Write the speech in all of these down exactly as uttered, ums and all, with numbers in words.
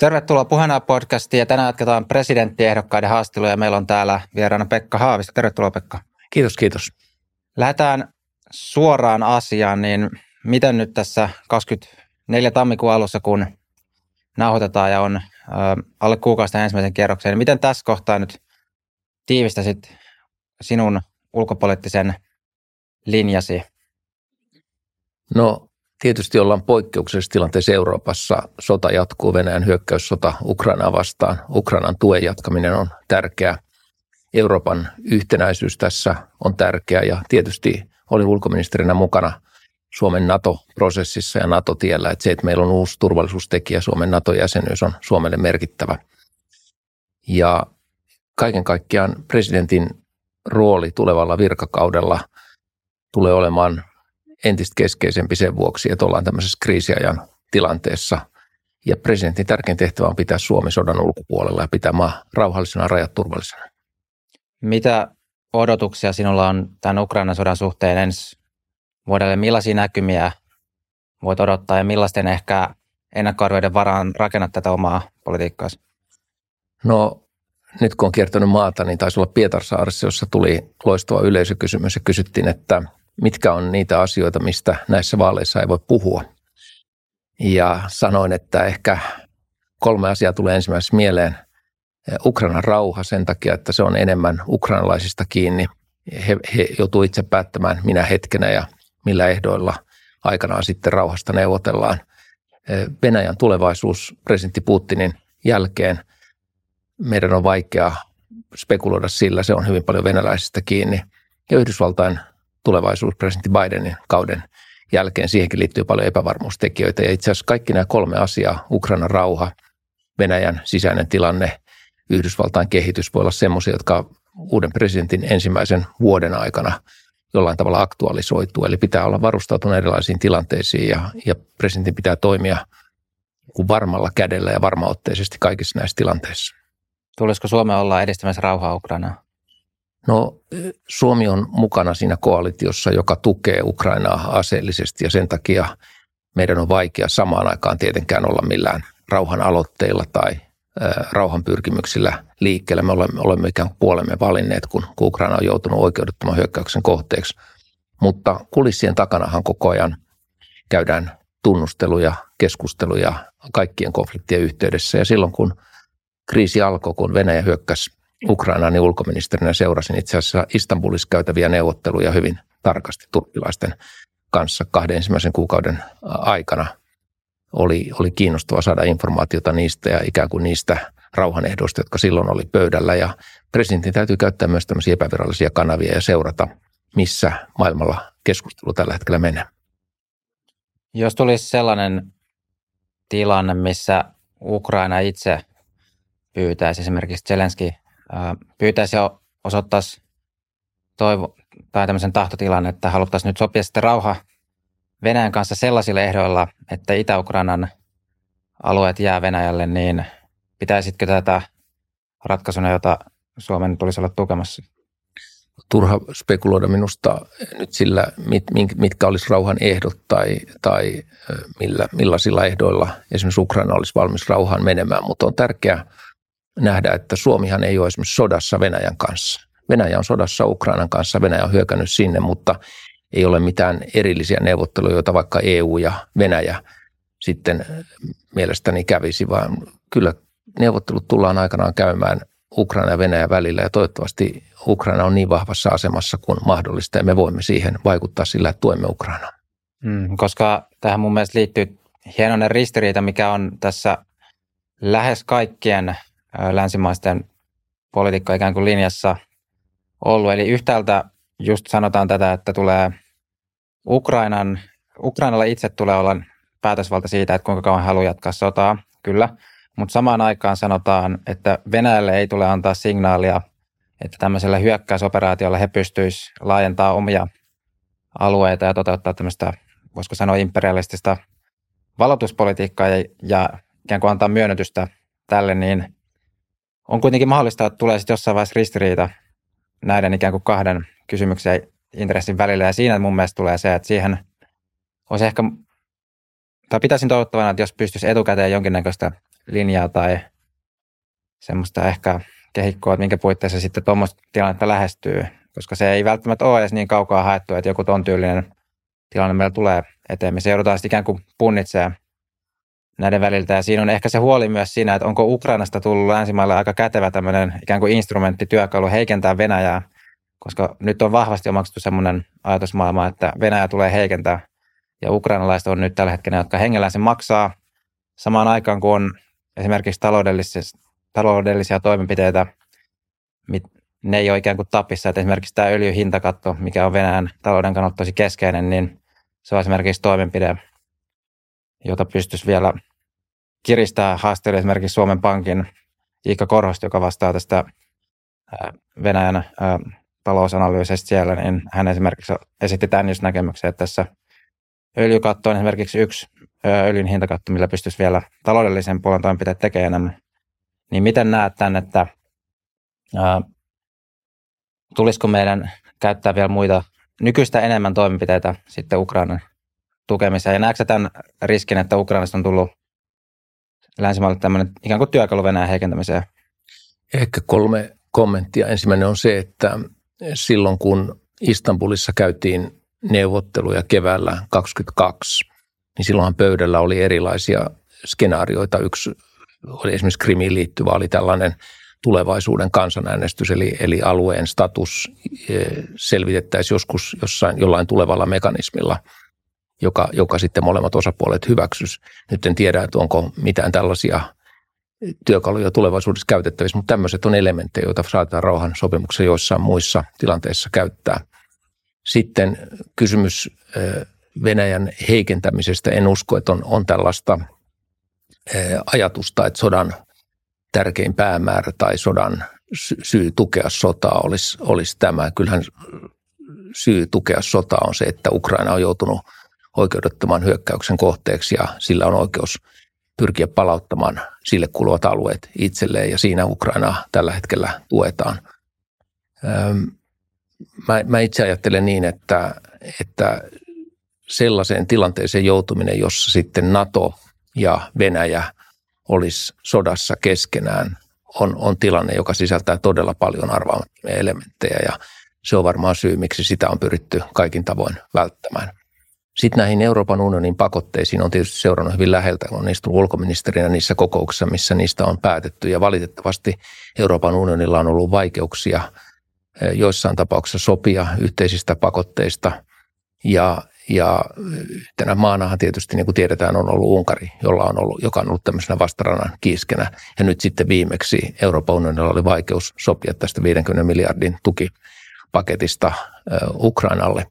Tervetuloa Puheenjohtaja podcastiin ja tänään jatketaan presidenttiehdokkaiden haastatteluja ja meillä on täällä vieraana Pekka Haavisto. Tervetuloa Pekka. Kiitos, kiitos. Lähdetään suoraan asiaan, niin miten nyt tässä kaksikymmentäneljä tammikuun alussa, kun nauhoitetaan ja on äh, alle kuukausi ensimmäisen kierroksen, niin miten tässä kohtaa nyt tiivistäsit sinun ulkopoliittisen linjasi? No tietysti ollaan poikkeuksellisessa tilanteessa Euroopassa. Sota jatkuu, Venäjän hyökkäyssota Ukrainaa vastaan. Ukrainan tuen jatkaminen on tärkeää. Euroopan yhtenäisyys tässä on tärkeää ja tietysti olin ulkoministerinä mukana Suomen NATO-prosessissa ja NATO-tiellä. Että se, että meillä on uusi turvallisuustekijä, Suomen NATO-jäsenyys on Suomelle merkittävä. Ja kaiken kaikkiaan presidentin rooli tulevalla virkakaudella tulee olemaan entistä keskeisempi sen vuoksi, että ollaan tämmöisessä kriisiajan tilanteessa. Ja presidentin tärkein tehtävä on pitää Suomi sodan ulkopuolella ja pitää maa rauhallisena, rajat turvallisena. Mitä odotuksia sinulla on tämän Ukrainan sodan suhteen ensi vuodelle? Millaisia näkymiä voit odottaa ja millaisten ehkä ennakkoarvioiden varaan rakennat tätä omaa politiikkaasi? No nyt kun on kiertänyt maata, niin taisi olla Pietarsaaressa, jossa tuli loistava yleisökysymys ja kysyttiin, että mitkä on niitä asioita, mistä näissä vaaleissa ei voi puhua. Ja sanoin, että ehkä kolme asiaa tulee ensimmäisessä mieleen. Ukrainan rauha sen takia, että se on enemmän ukrainalaisista kiinni. He, he joutuu itse päättämään minä hetkenä ja millä ehdoilla aikanaan sitten rauhasta neuvotellaan. Venäjän tulevaisuus presidentti Putinin jälkeen. Meidän on vaikea spekuloida sillä, se on hyvin paljon venäläisistä kiinni. Ja Yhdysvaltain tulevaisuus presidentti Bidenin kauden jälkeen, siihenkin liittyy paljon epävarmuustekijöitä. Ja itse asiassa kaikki nämä kolme asiaa, Ukrainan rauha, Venäjän sisäinen tilanne, Yhdysvaltain kehitys voi olla semmoisia, jotka uuden presidentin ensimmäisen vuoden aikana jollain tavalla aktualisoituu. Eli pitää olla varustautunut erilaisiin tilanteisiin ja, ja presidentin pitää toimia kuin varmalla kädellä ja varmaotteisesti kaikissa näissä tilanteissa. Tulisiko Suomi olla edistämässä rauhaa Ukrainaan? No Suomi on mukana siinä koalitiossa, joka tukee Ukrainaa aseellisesti ja sen takia meidän on vaikea samaan aikaan tietenkään olla millään rauhan aloitteilla tai ä, rauhan pyrkimyksillä liikkeellä. Me olemme, olemme ikään kuin puolemme valinneet, kun, kun Ukraina on joutunut oikeudettoman hyökkäyksen kohteeksi. Mutta kulissien takanahan koko ajan käydään tunnusteluja, keskusteluja kaikkien konfliktien yhteydessä. Ja silloin kun kriisi alkoi, kun Venäjä hyökkäsi Ukrainaan, niin ulkoministerinä seurasin itse asiassa Istanbulissa käytäviä neuvotteluja hyvin tarkasti turkkilaisten kanssa kahden ensimmäisen kuukauden aikana. Oli, oli kiinnostavaa saada informaatiota niistä ja ikään kuin niistä rauhanehdoista, jotka silloin oli pöydällä. Ja presidentin täytyy käyttää myös tämmöisiä epävirallisia kanavia ja seurata, missä maailmalla keskustelu tällä hetkellä menee. Jos tulisi sellainen tilanne, missä Ukraina itse pyytäisi, esimerkiksi Zelenski pyytäisi ja osoittaisi toivo, tai tämmöisen tahtotilan, että haluttaisiin nyt sopia sitten rauha Venäjän kanssa sellaisilla ehdoilla, että Itä-Ukrainan alueet jää Venäjälle, niin pitäisitkö tätä ratkaisuna, jota Suomen tulisi olla tukemassa? Turha spekuloida minusta nyt sillä, mit, mitkä olisi rauhan ehdot tai, tai millä, millaisilla ehdoilla esimerkiksi Ukraina olisi valmis rauhaan menemään, mutta on tärkeää nähdä, että Suomihan ei ole esimerkiksi sodassa Venäjän kanssa. Venäjä on sodassa Ukrainan kanssa, Venäjä on hyökännyt sinne, mutta ei ole mitään erillisiä neuvotteluja, joita vaikka E U ja Venäjä sitten mielestäni kävisi, vaan kyllä neuvottelut tullaan aikanaan käymään Ukraina ja Venäjän välillä ja toivottavasti Ukraina on niin vahvassa asemassa kuin mahdollista ja me voimme siihen vaikuttaa sillä, että tuemme Ukrainaa. Mm, koska tähän mun mielestä liittyy hienoinen ristiriita, mikä on tässä lähes kaikkien länsimaisten politiikka ikään kuin linjassa ollut. Eli yhtäältä just sanotaan tätä, että tulee Ukrainan, Ukrainalla itse tulee olla päätösvalta siitä, että kuinka kauan haluaa jatkaa sotaa, kyllä. Mutta samaan aikaan sanotaan, että Venäjälle ei tule antaa signaalia, että tämmöisellä hyökkäysoperaatiolla he pystyisivät laajentamaan omia alueita ja toteuttaa tämmöistä, voisiko sanoa, imperialistista valotuspolitiikkaa ja, ja ikään kuin antaa myönnytystä tälle, niin on kuitenkin mahdollista, että tulee sitten jossain vaiheessa ristiriita näiden ikään kuin kahden kysymyksen ja intressin välillä. Ja siinä mun mielestä tulee se, että siihen olisi ehkä, tai pitäisin toivottavana, että jos pystyisi etukäteen jonkinnäköistä linjaa tai semmoista ehkä kehikkoa, että minkä puitteissa sitten tuommoista tilannetta lähestyy, koska se ei välttämättä ole edes niin kaukaa haettu, että joku ton tyylinen tilanne meillä tulee eteen. Me se joudutaan sitten ikään kuin punnitsemaan näiden väliltä. Ja siinä on ehkä se huoli myös siinä, että onko Ukrainasta tullut länsimaille aika kätevä tämmöinen ikään kuin instrumentti, työkalu heikentää Venäjää, koska nyt on vahvasti omaksuttu semmoinen ajatusmaailma, että Venäjä tulee heikentää. Ja ukrainalaiset on nyt tällä hetkellä, jotka hengellään sen maksaa samaan aikaan, kun on esimerkiksi taloudellisia, taloudellisia toimenpiteitä, ne ei ole ikään kuin tapissa. Että esimerkiksi tämä öljyn hintakatto, mikä on Venäjän talouden kannalta tosi keskeinen, niin se on esimerkiksi toimenpide, jota pystyisi vielä kiristää haasteelle esimerkiksi Suomen Pankin Iikka Korhosta, joka vastaa tästä Venäjän talousanalyysistä siellä, niin hän esimerkiksi esitti tämän just näkemyksen, että tässä öljykatto on esimerkiksi yksi öljyn hintakatto, millä pystyisi vielä taloudellisen puolen toimenpiteet tekemään enemmän. Niin miten näet tämän, että ää, tulisiko meidän käyttää vielä muita nykyistä enemmän toimenpiteitä sitten Ukrainan tukemiseen? Ja näetkö tämän riskin, että Ukrainasta on tullut länsimaille tämmöinen ikään kuin työkalu Venäjän heikentämiseen? Ehkä kolme kommenttia. Ensimmäinen on se, että silloin kun Istanbulissa käytiin neuvotteluja keväällä kaksikymmentäkaksi, niin silloinhan pöydällä oli erilaisia skenaarioita. Yksi oli esimerkiksi Krimiin liittyvä, oli tällainen tulevaisuuden kansanäänestys, eli, eli alueen status selvitettäisiin joskus jossain, jollain tulevalla mekanismilla, joka, joka sitten molemmat osapuolet hyväksyisi. Nyt en tiedä, että onko mitään tällaisia työkaluja tulevaisuudessa käytettävissä, mutta tämmöiset on elementtejä, joita saatetaan rauhan sopimuksessa joissain muissa tilanteissa käyttää. Sitten kysymys Venäjän heikentämisestä. En usko, että on, on tällaista ajatusta, että sodan tärkein päämäärä tai sodan syy tukea sotaa olisi, olisi tämä. Kyllähän syy tukea sotaa on se, että Ukraina on joutunut oikeudettoman hyökkäyksen kohteeksi ja sillä on oikeus pyrkiä palauttamaan sille kuuluvat alueet itselleen ja siinä Ukrainaa tällä hetkellä tuetaan. Mä, mä itse ajattelen niin, että, että sellaiseen tilanteeseen joutuminen, jossa sitten NATO ja Venäjä olisi sodassa keskenään, on, on tilanne, joka sisältää todella paljon arvaamattomia elementtejä ja se on varmaan syy, miksi sitä on pyritty kaikin tavoin välttämään. Sitten näihin Euroopan unionin pakotteisiin on tietysti seurannut hyvin läheltä, kun on istunut ulkoministerinä niissä kokouksissa, missä niistä on päätetty ja valitettavasti Euroopan unionilla on ollut vaikeuksia joissain tapauksissa sopia yhteisistä pakotteista ja, ja yhtenä maanahan tietysti niin kuin tiedetään on ollut Unkari, jolla on ollut, joka on ollut tämmöisenä vastarannan kiiskenä ja nyt sitten viimeksi Euroopan unionilla oli vaikeus sopia tästä viidenkymmenen miljardin tukipaketista Ukrainalle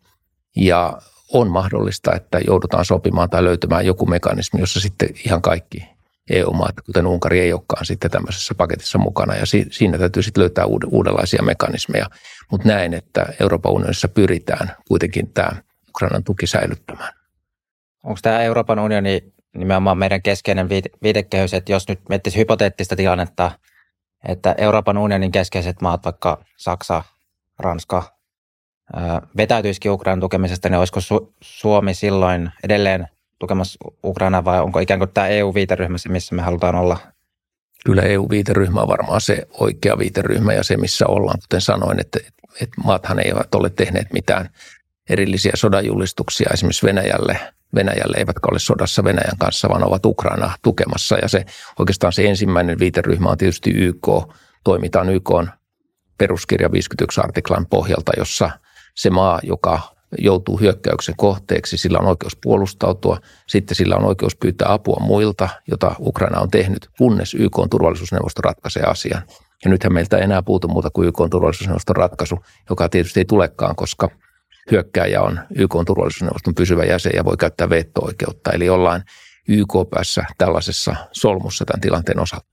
ja on mahdollista, että joudutaan sopimaan tai löytämään joku mekanismi, jossa sitten ihan kaikki E U-maat, kuten Unkari, ei olekaan sitten tämmöisessä paketissa mukana. Ja si- siinä täytyy sitten löytää uud- uudenlaisia mekanismeja. Mutta näen, että Euroopan unionissa pyritään kuitenkin tämä Ukrainan tuki säilyttämään. Onko tämä Euroopan unioni nimenomaan meidän keskeinen viitekehys, että jos nyt miettisi hypoteettista tilannetta, että Euroopan unionin keskeiset maat, vaikka Saksa, Ranska, vetäytyisikin Ukrainan tukemisesta, niin olisiko Su- Suomi silloin edelleen tukemassa Ukrainaa vai onko ikään kuin tämä E U-viiteryhmä se, missä me halutaan olla? Kyllä E U-viiteryhmä on varmaan se oikea viiteryhmä ja se, missä ollaan. Kuten sanoin, että, että maathan eivät ole tehneet mitään erillisiä sodanjulistuksia esimerkiksi Venäjälle. Venäjälle eivätkä ole sodassa Venäjän kanssa, vaan ovat Ukrainaa tukemassa. Ja se oikeastaan se ensimmäinen viiteryhmä on tietysti Y K. Toimitaan Y K:n peruskirja viisikymmentäyksi artiklan pohjalta, jossa se maa, joka joutuu hyökkäyksen kohteeksi, sillä on oikeus puolustautua, sitten sillä on oikeus pyytää apua muilta, jota Ukraina on tehnyt, kunnes Y K:n turvallisuusneuvosto ratkaisee asian. Ja nythän meiltä ei enää puutu muuta kuin Y K:n turvallisuusneuvoston ratkaisu, joka tietysti ei tulekaan, koska hyökkääjä on Y K:n turvallisuusneuvoston pysyvä jäsen ja voi käyttää veto-oikeutta. Eli ollaan Y K-päässä tällaisessa solmussa tämän tilanteen osalta.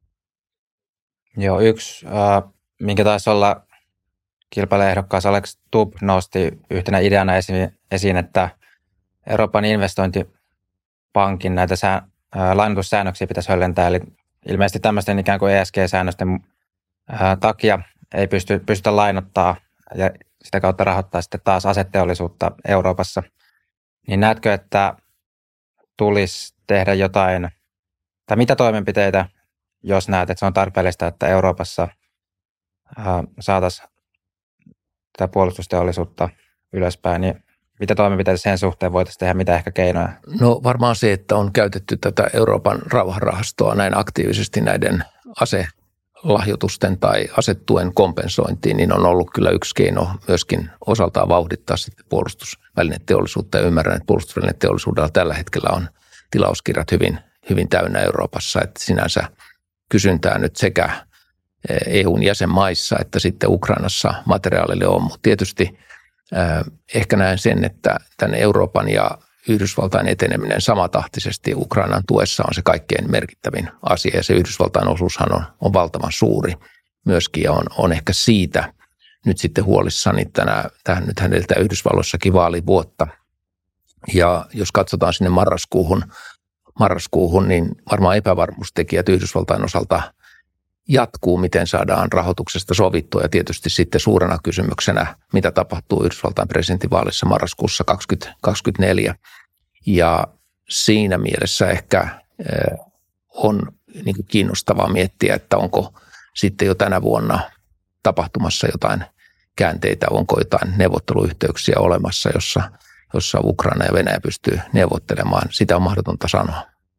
Joo, yksi, äh, minkä taisi olla kilpailijaehdokkaas Alex Stubb nosti yhtenä ideana esiin, esiin että Euroopan investointipankin näitä sää, ää, lainoitussäännöksiä pitäisi höllentää. Eli ilmeisesti tämmöisten ikään kuin E S G-säännösten ää, takia ei pysty, pystytä lainottaa ja sitä kautta rahoittaa sitten taas aseteollisuutta Euroopassa. Niin näetkö, että tulisi tehdä jotain tai mitä toimenpiteitä, jos näet, että se on tarpeellista, että Euroopassa ää, saataisiin tätä puolustusteollisuutta ylöspäin, niin mitä toimenpiteitä sen suhteen voitaisiin tehdä, mitä ehkä keinoja? No varmaan se, että on käytetty tätä Euroopan rauhanrahastoa näin aktiivisesti näiden aselahjoitusten tai asetuen kompensointiin, niin on ollut kyllä yksi keino myöskin osaltaan vauhdittaa sitten puolustusvälineteollisuutta. Ja ymmärrän, että puolustusvälineteollisuudella tällä hetkellä on tilauskirjat hyvin, hyvin täynnä Euroopassa, että sinänsä kysyntää nyt sekä E U:n jäsenmaissa että sitten Ukrainassa materiaalille on, mutta tietysti ehkä näen sen, että tänne Euroopan ja Yhdysvaltain eteneminen samatahtisesti Ukrainan tuessa on se kaikkein merkittävin asia ja se Yhdysvaltain osuushan on, on valtavan suuri myöskin ja on, on ehkä siitä nyt sitten huolissani tänä, tähän nyt häneltä Yhdysvalloissakin vaalivuotta ja jos katsotaan sinne marraskuuhun, marraskuuhun niin varmaan epävarmuustekijät Yhdysvaltain osalta jatkuu, miten saadaan rahoituksesta sovittua ja tietysti sitten suurena kysymyksenä, mitä tapahtuu Yhdysvaltain presidentinvaalissa marraskuussa kaksituhattakaksikymmentäneljä. Ja siinä mielessä ehkä on niin kuin kiinnostavaa miettiä, että onko sitten jo tänä vuonna tapahtumassa jotain käänteitä, onko jotain neuvotteluyhteyksiä olemassa, jossa, jossa Ukraina ja Venäjä pystyy neuvottelemaan. Sitä on mahdotonta sanoa.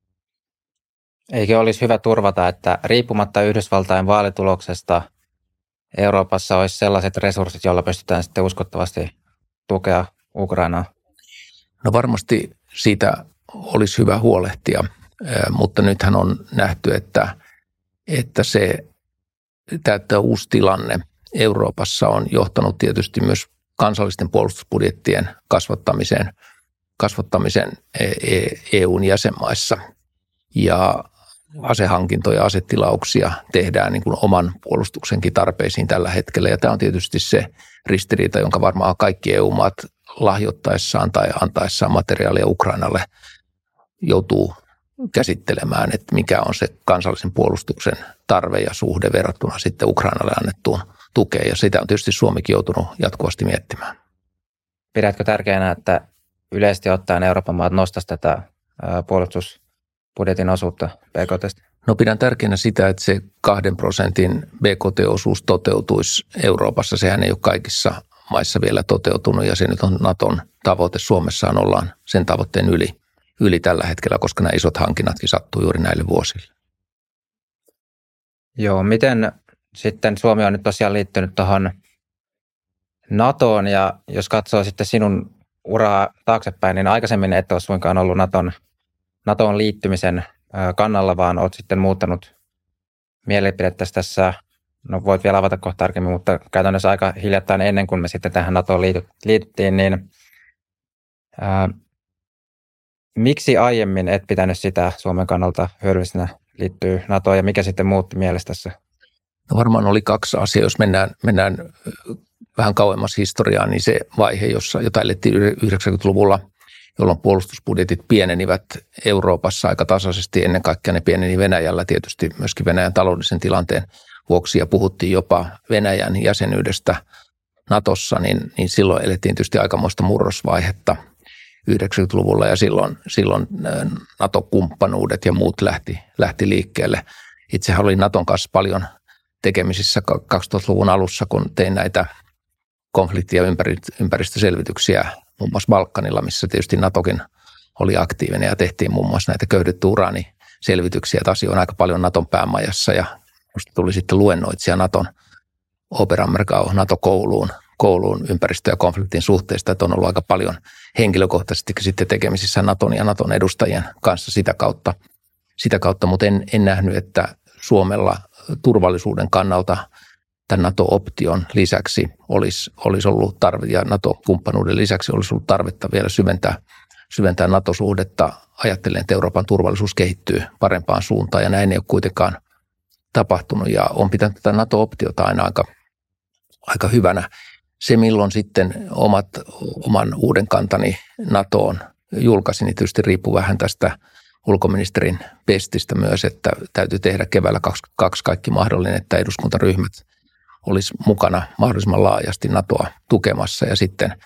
Eikö olisi hyvä turvata, että riippumatta Yhdysvaltain vaalituloksesta Euroopassa olisi sellaiset resurssit, joilla pystytään sitten uskottavasti tukea Ukrainaa? No varmasti siitä olisi hyvä huolehtia, mutta nythän on nähty, että, että se tämä uusi tilanne Euroopassa on johtanut tietysti myös kansallisten puolustusbudjettien kasvattamiseen, kasvattamiseen E U:n jäsenmaissa ja asehankintoja, asetilauksia tehdään niin kuin oman puolustuksenkin tarpeisiin tällä hetkellä. Ja tämä on tietysti se ristiriita, jonka varmaan kaikki E U-maat lahjoittaessaan tai antaessaan materiaalia Ukrainalle joutuu käsittelemään, että mikä on se kansallisen puolustuksen tarve ja suhde verrattuna sitten Ukrainalle annettuun tukeen. Ja sitä on tietysti Suomikin joutunut jatkuvasti miettimään. Pidätkö tärkeänä, että yleisesti ottaen Euroopan maat nostaisi tätä puolustus budjetin osuutta B K T:stä? No pidän tärkeänä sitä, että se kahden prosentin B K T-osuus toteutuisi Euroopassa. Sehän ei ole kaikissa maissa vielä toteutunut ja se nyt on Naton tavoite. Suomessaan ollaan sen tavoitteen yli, yli tällä hetkellä, koska nämä isot hankinnatkin sattuu juuri näille vuosille. Joo, miten sitten Suomi on nyt tosiaan liittynyt tuohon NATOon ja jos katsoo sitten sinun uraa taaksepäin, niin aikaisemmin et ole suinkaan ollut Naton NATOon liittymisen kannalla, vaan olet sitten muuttanut mielipidettä tässä, no voit vielä avata kohta tarkemmin, mutta käytännössä aika hiljattain ennen kuin me sitten tähän NATOon liityttiin, niin ää, miksi aiemmin et pitänyt sitä Suomen kannalta hyödyllisenä liittyy NATOon ja mikä sitten muutti mielessä tässä? No varmaan oli kaksi asiaa, jos mennään, mennään vähän kauemmas historiaan, niin se vaihe, jossa, jota elettiin yhdeksänkymmentäluvulla, jolloin puolustusbudjetit pienenivät Euroopassa aika tasaisesti. Ennen kaikkea ne pieneni Venäjällä tietysti myöskin Venäjän taloudellisen tilanteen vuoksi ja puhuttiin jopa Venäjän jäsenyydestä Natossa, niin, niin silloin elettiin tietysti aikamoista murrosvaihetta yhdeksänkymmentäluvulla ja silloin, silloin NATO-kumppanuudet ja muut lähti, lähti liikkeelle. Itsehän olin Naton kanssa paljon tekemisissä kaksituhattaluvun alussa, kun tein näitä konflikti- ja ympäristöselvityksiä muun muassa Balkanilla, missä tietysti NATOkin oli aktiivinen ja tehtiin muun muassa näitä köyhdetty uraaniselvityksiä. Taas on aika paljon Naton päämajassa ja musta tuli sitten luennoitsija Naton Oberammergau NATO-kouluun kouluun ympäristö- ja konfliktin suhteista, että on ollut aika paljon henkilökohtaisesti sitten tekemisissä Naton ja Naton edustajien kanssa sitä kautta, sitä kautta mutta en, en nähnyt, että Suomella turvallisuuden kannalta tämän NATO-option lisäksi olisi, olisi ollut tarve, ja NATO-kumppanuuden lisäksi olisi ollut tarvetta vielä syventää, syventää NATO-suhdetta. Ajattelen, että Euroopan turvallisuus kehittyy parempaan suuntaan, ja näin ei ole kuitenkaan tapahtunut, ja on pitänyt tätä NATO-optiota aina aika, aika hyvänä. Se, milloin sitten omat, oman uuden kantani NATOon julkaisin, niin tietysti riippuu vähän tästä ulkoministerin pestistä myös, että täytyy tehdä keväällä kaksikymmentäkaksi kaikki mahdollinen, että eduskuntaryhmät olisi mukana mahdollisimman laajasti NATOa tukemassa ja sitten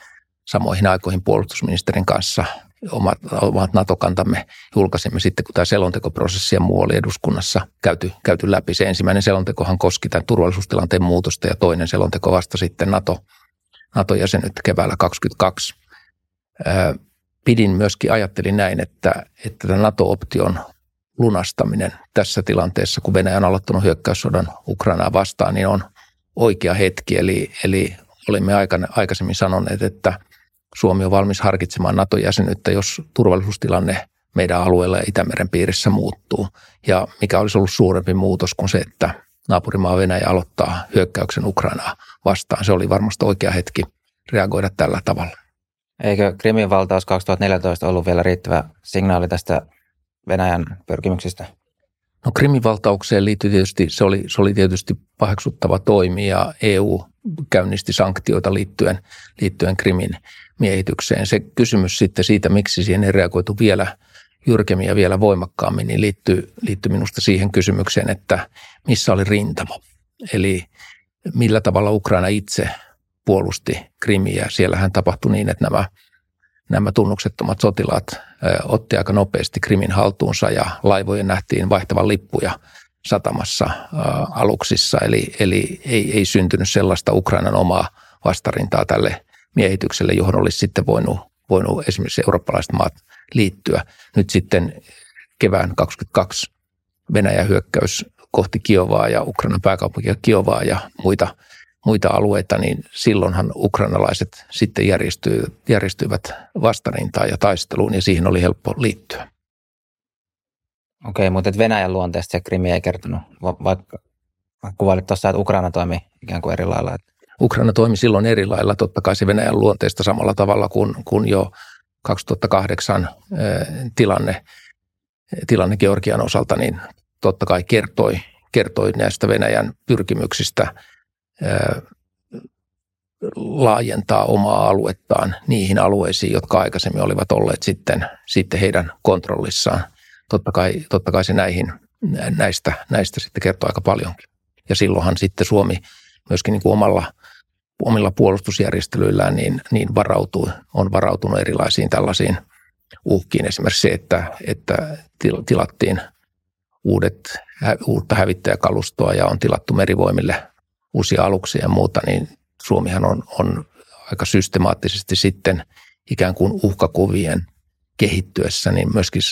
samoihin aikoihin puolustusministerin kanssa omat, omat NATO-kantamme julkaisimme sitten, kun tämä selontekoprosessi ja muu oli eduskunnassa käyty, käyty läpi. Se ensimmäinen selontekohan koski tämän turvallisuustilanteen muutosta ja toinen selonteko vasta sitten NATO, NATO-jäsenyyttä keväällä kaksikymmentäkaksi. Pidin myöskin, ajattelin näin, että, että tämä NATO-option lunastaminen tässä tilanteessa, kun Venäjä on aloittanut hyökkäyssodan Ukrainaa vastaan, niin on oikea hetki. Eli, eli olimme aikaisemmin sanoneet, että Suomi on valmis harkitsemaan NATO-jäsenyyttä, jos turvallisuustilanne meidän alueella ja Itämeren piirissä muuttuu. Ja mikä olisi ollut suurempi muutos kuin se, että naapurimaa Venäjä aloittaa hyökkäyksen Ukrainaa vastaan. Se oli varmasti oikea hetki reagoida tällä tavalla. Eikö Krimin valtaus kaksituhattaneljätoista ollut vielä riittävä signaali tästä Venäjän pyrkimyksistä? No Krimin valtaukseen liittyi tietysti, se oli, se oli tietysti paheksuttava toimi ja E U käynnisti sanktioita liittyen, liittyen Krimin miehitykseen. Se kysymys sitten siitä, miksi siihen ei reagoitu vielä jyrkemmin ja vielä voimakkaammin, niin liittyy, liittyy minusta siihen kysymykseen, että missä oli rintama. Eli millä tavalla Ukraina itse puolusti Krimiä. Siellähän tapahtui niin, että nämä, nämä tunnuksettomat sotilaat ö, otti aika nopeasti Krimin haltuunsa ja laivojen nähtiin vaihtavan lippuja satamassa ö, aluksissa. Eli, eli ei, ei syntynyt sellaista Ukrainan omaa vastarintaa tälle miehitykselle, johon olisi sitten voinut, voinut esimerkiksi eurooppalaiset maat liittyä. Nyt sitten kevään kaksikymmentäkaksi Venäjän hyökkäys kohti Kiovaa ja Ukrainan pääkaupunkia Kiovaa ja muita, muita alueita, niin silloinhan ukrainalaiset sitten järjestyivät, järjestyivät vastarintaan ja taisteluun ja siihen oli helppo liittyä. Okei, mutta Venäjän luonteesta se Krimi ei kertonut, vaikka kuvailit tuossa, että Ukraina toimi ikään kuin eri lailla. Ukraina toimi silloin eri lailla, totta kai se Venäjän luonteesta samalla tavalla kuin, kuin jo kaksituhattakahdeksan tilanne, tilanne Georgian osalta, niin totta kai kertoi, kertoi näistä Venäjän pyrkimyksistä laajentaa omaa aluettaan niihin alueisiin, jotka aikaisemmin olivat olleet sitten, sitten heidän kontrollissaan. Totta kai, totta kai se näihin, näistä, näistä sitten kertoo aika paljonkin. Ja silloinhan sitten Suomi myöskin niin kuin omalla, omilla puolustusjärjestelyillään niin, niin varautuu, on varautunut erilaisiin tällaisiin uhkiin. Esimerkiksi se, että, että tilattiin uudet, uutta hävittäjäkalustoa ja on tilattu merivoimille uusia aluksia ja muuta, niin Suomihan on, on aika systemaattisesti sitten ikään kuin uhkakuvien kehittyessä niin myöskin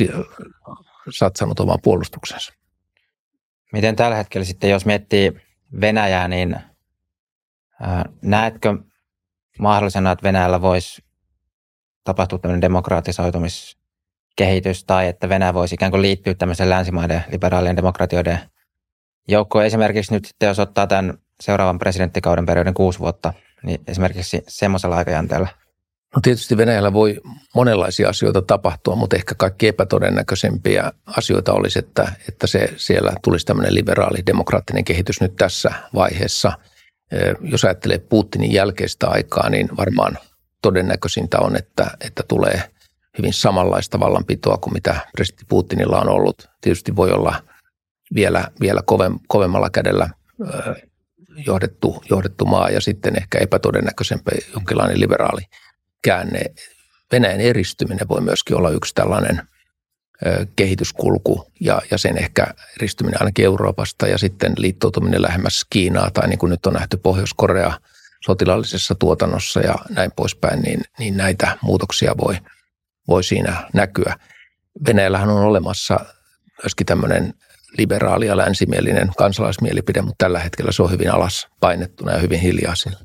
satsannut omaan puolustuksensa. Miten tällä hetkellä sitten, jos miettii Venäjää, niin ää, näetkö mahdollisena, että Venäjällä voisi tapahtua tämmöinen demokratisoitumiskehitys tai että Venäjä voisi ikään kuin liittyä tämmöisen länsimaiden liberaalien demokratioiden joukkoon? Esimerkiksi nyt sitten, jos ottaa tämän seuraavan presidenttikauden periodin kuusi vuotta, niin esimerkiksi semmoisella aikajänteellä. No tietysti Venäjällä voi monenlaisia asioita tapahtua, mutta ehkä kaikki epätodennäköisempiä asioita olisi, että, että se siellä tulisi tämmöinen liberaali demokraattinen kehitys nyt tässä vaiheessa. Jos ajattelee Putinin jälkeistä aikaa, niin varmaan todennäköisintä on, että, että tulee hyvin samanlaista vallanpitoa kuin mitä presidentti Putinilla on ollut. Tietysti voi olla vielä, vielä kovemmalla kädellä johdettu, johdettu maa ja sitten ehkä epätodennäköisempi jonkinlainen liberaali käänne. Venäjän eristyminen voi myöskin olla yksi tällainen ö, kehityskulku ja, ja sen ehkä eristyminen ainakin Euroopasta ja sitten liittoutuminen lähemmäs Kiinaa tai niin kuin nyt on nähty Pohjois-Korea sotilaallisessa tuotannossa ja näin poispäin, niin, niin näitä muutoksia voi, voi siinä näkyä. Venäjällähän on olemassa myöskin tämmöinen liberaali ja länsimielinen kansalaismielipide, mutta tällä hetkellä se on hyvin alas painettuna ja hyvin hiljaa sillä.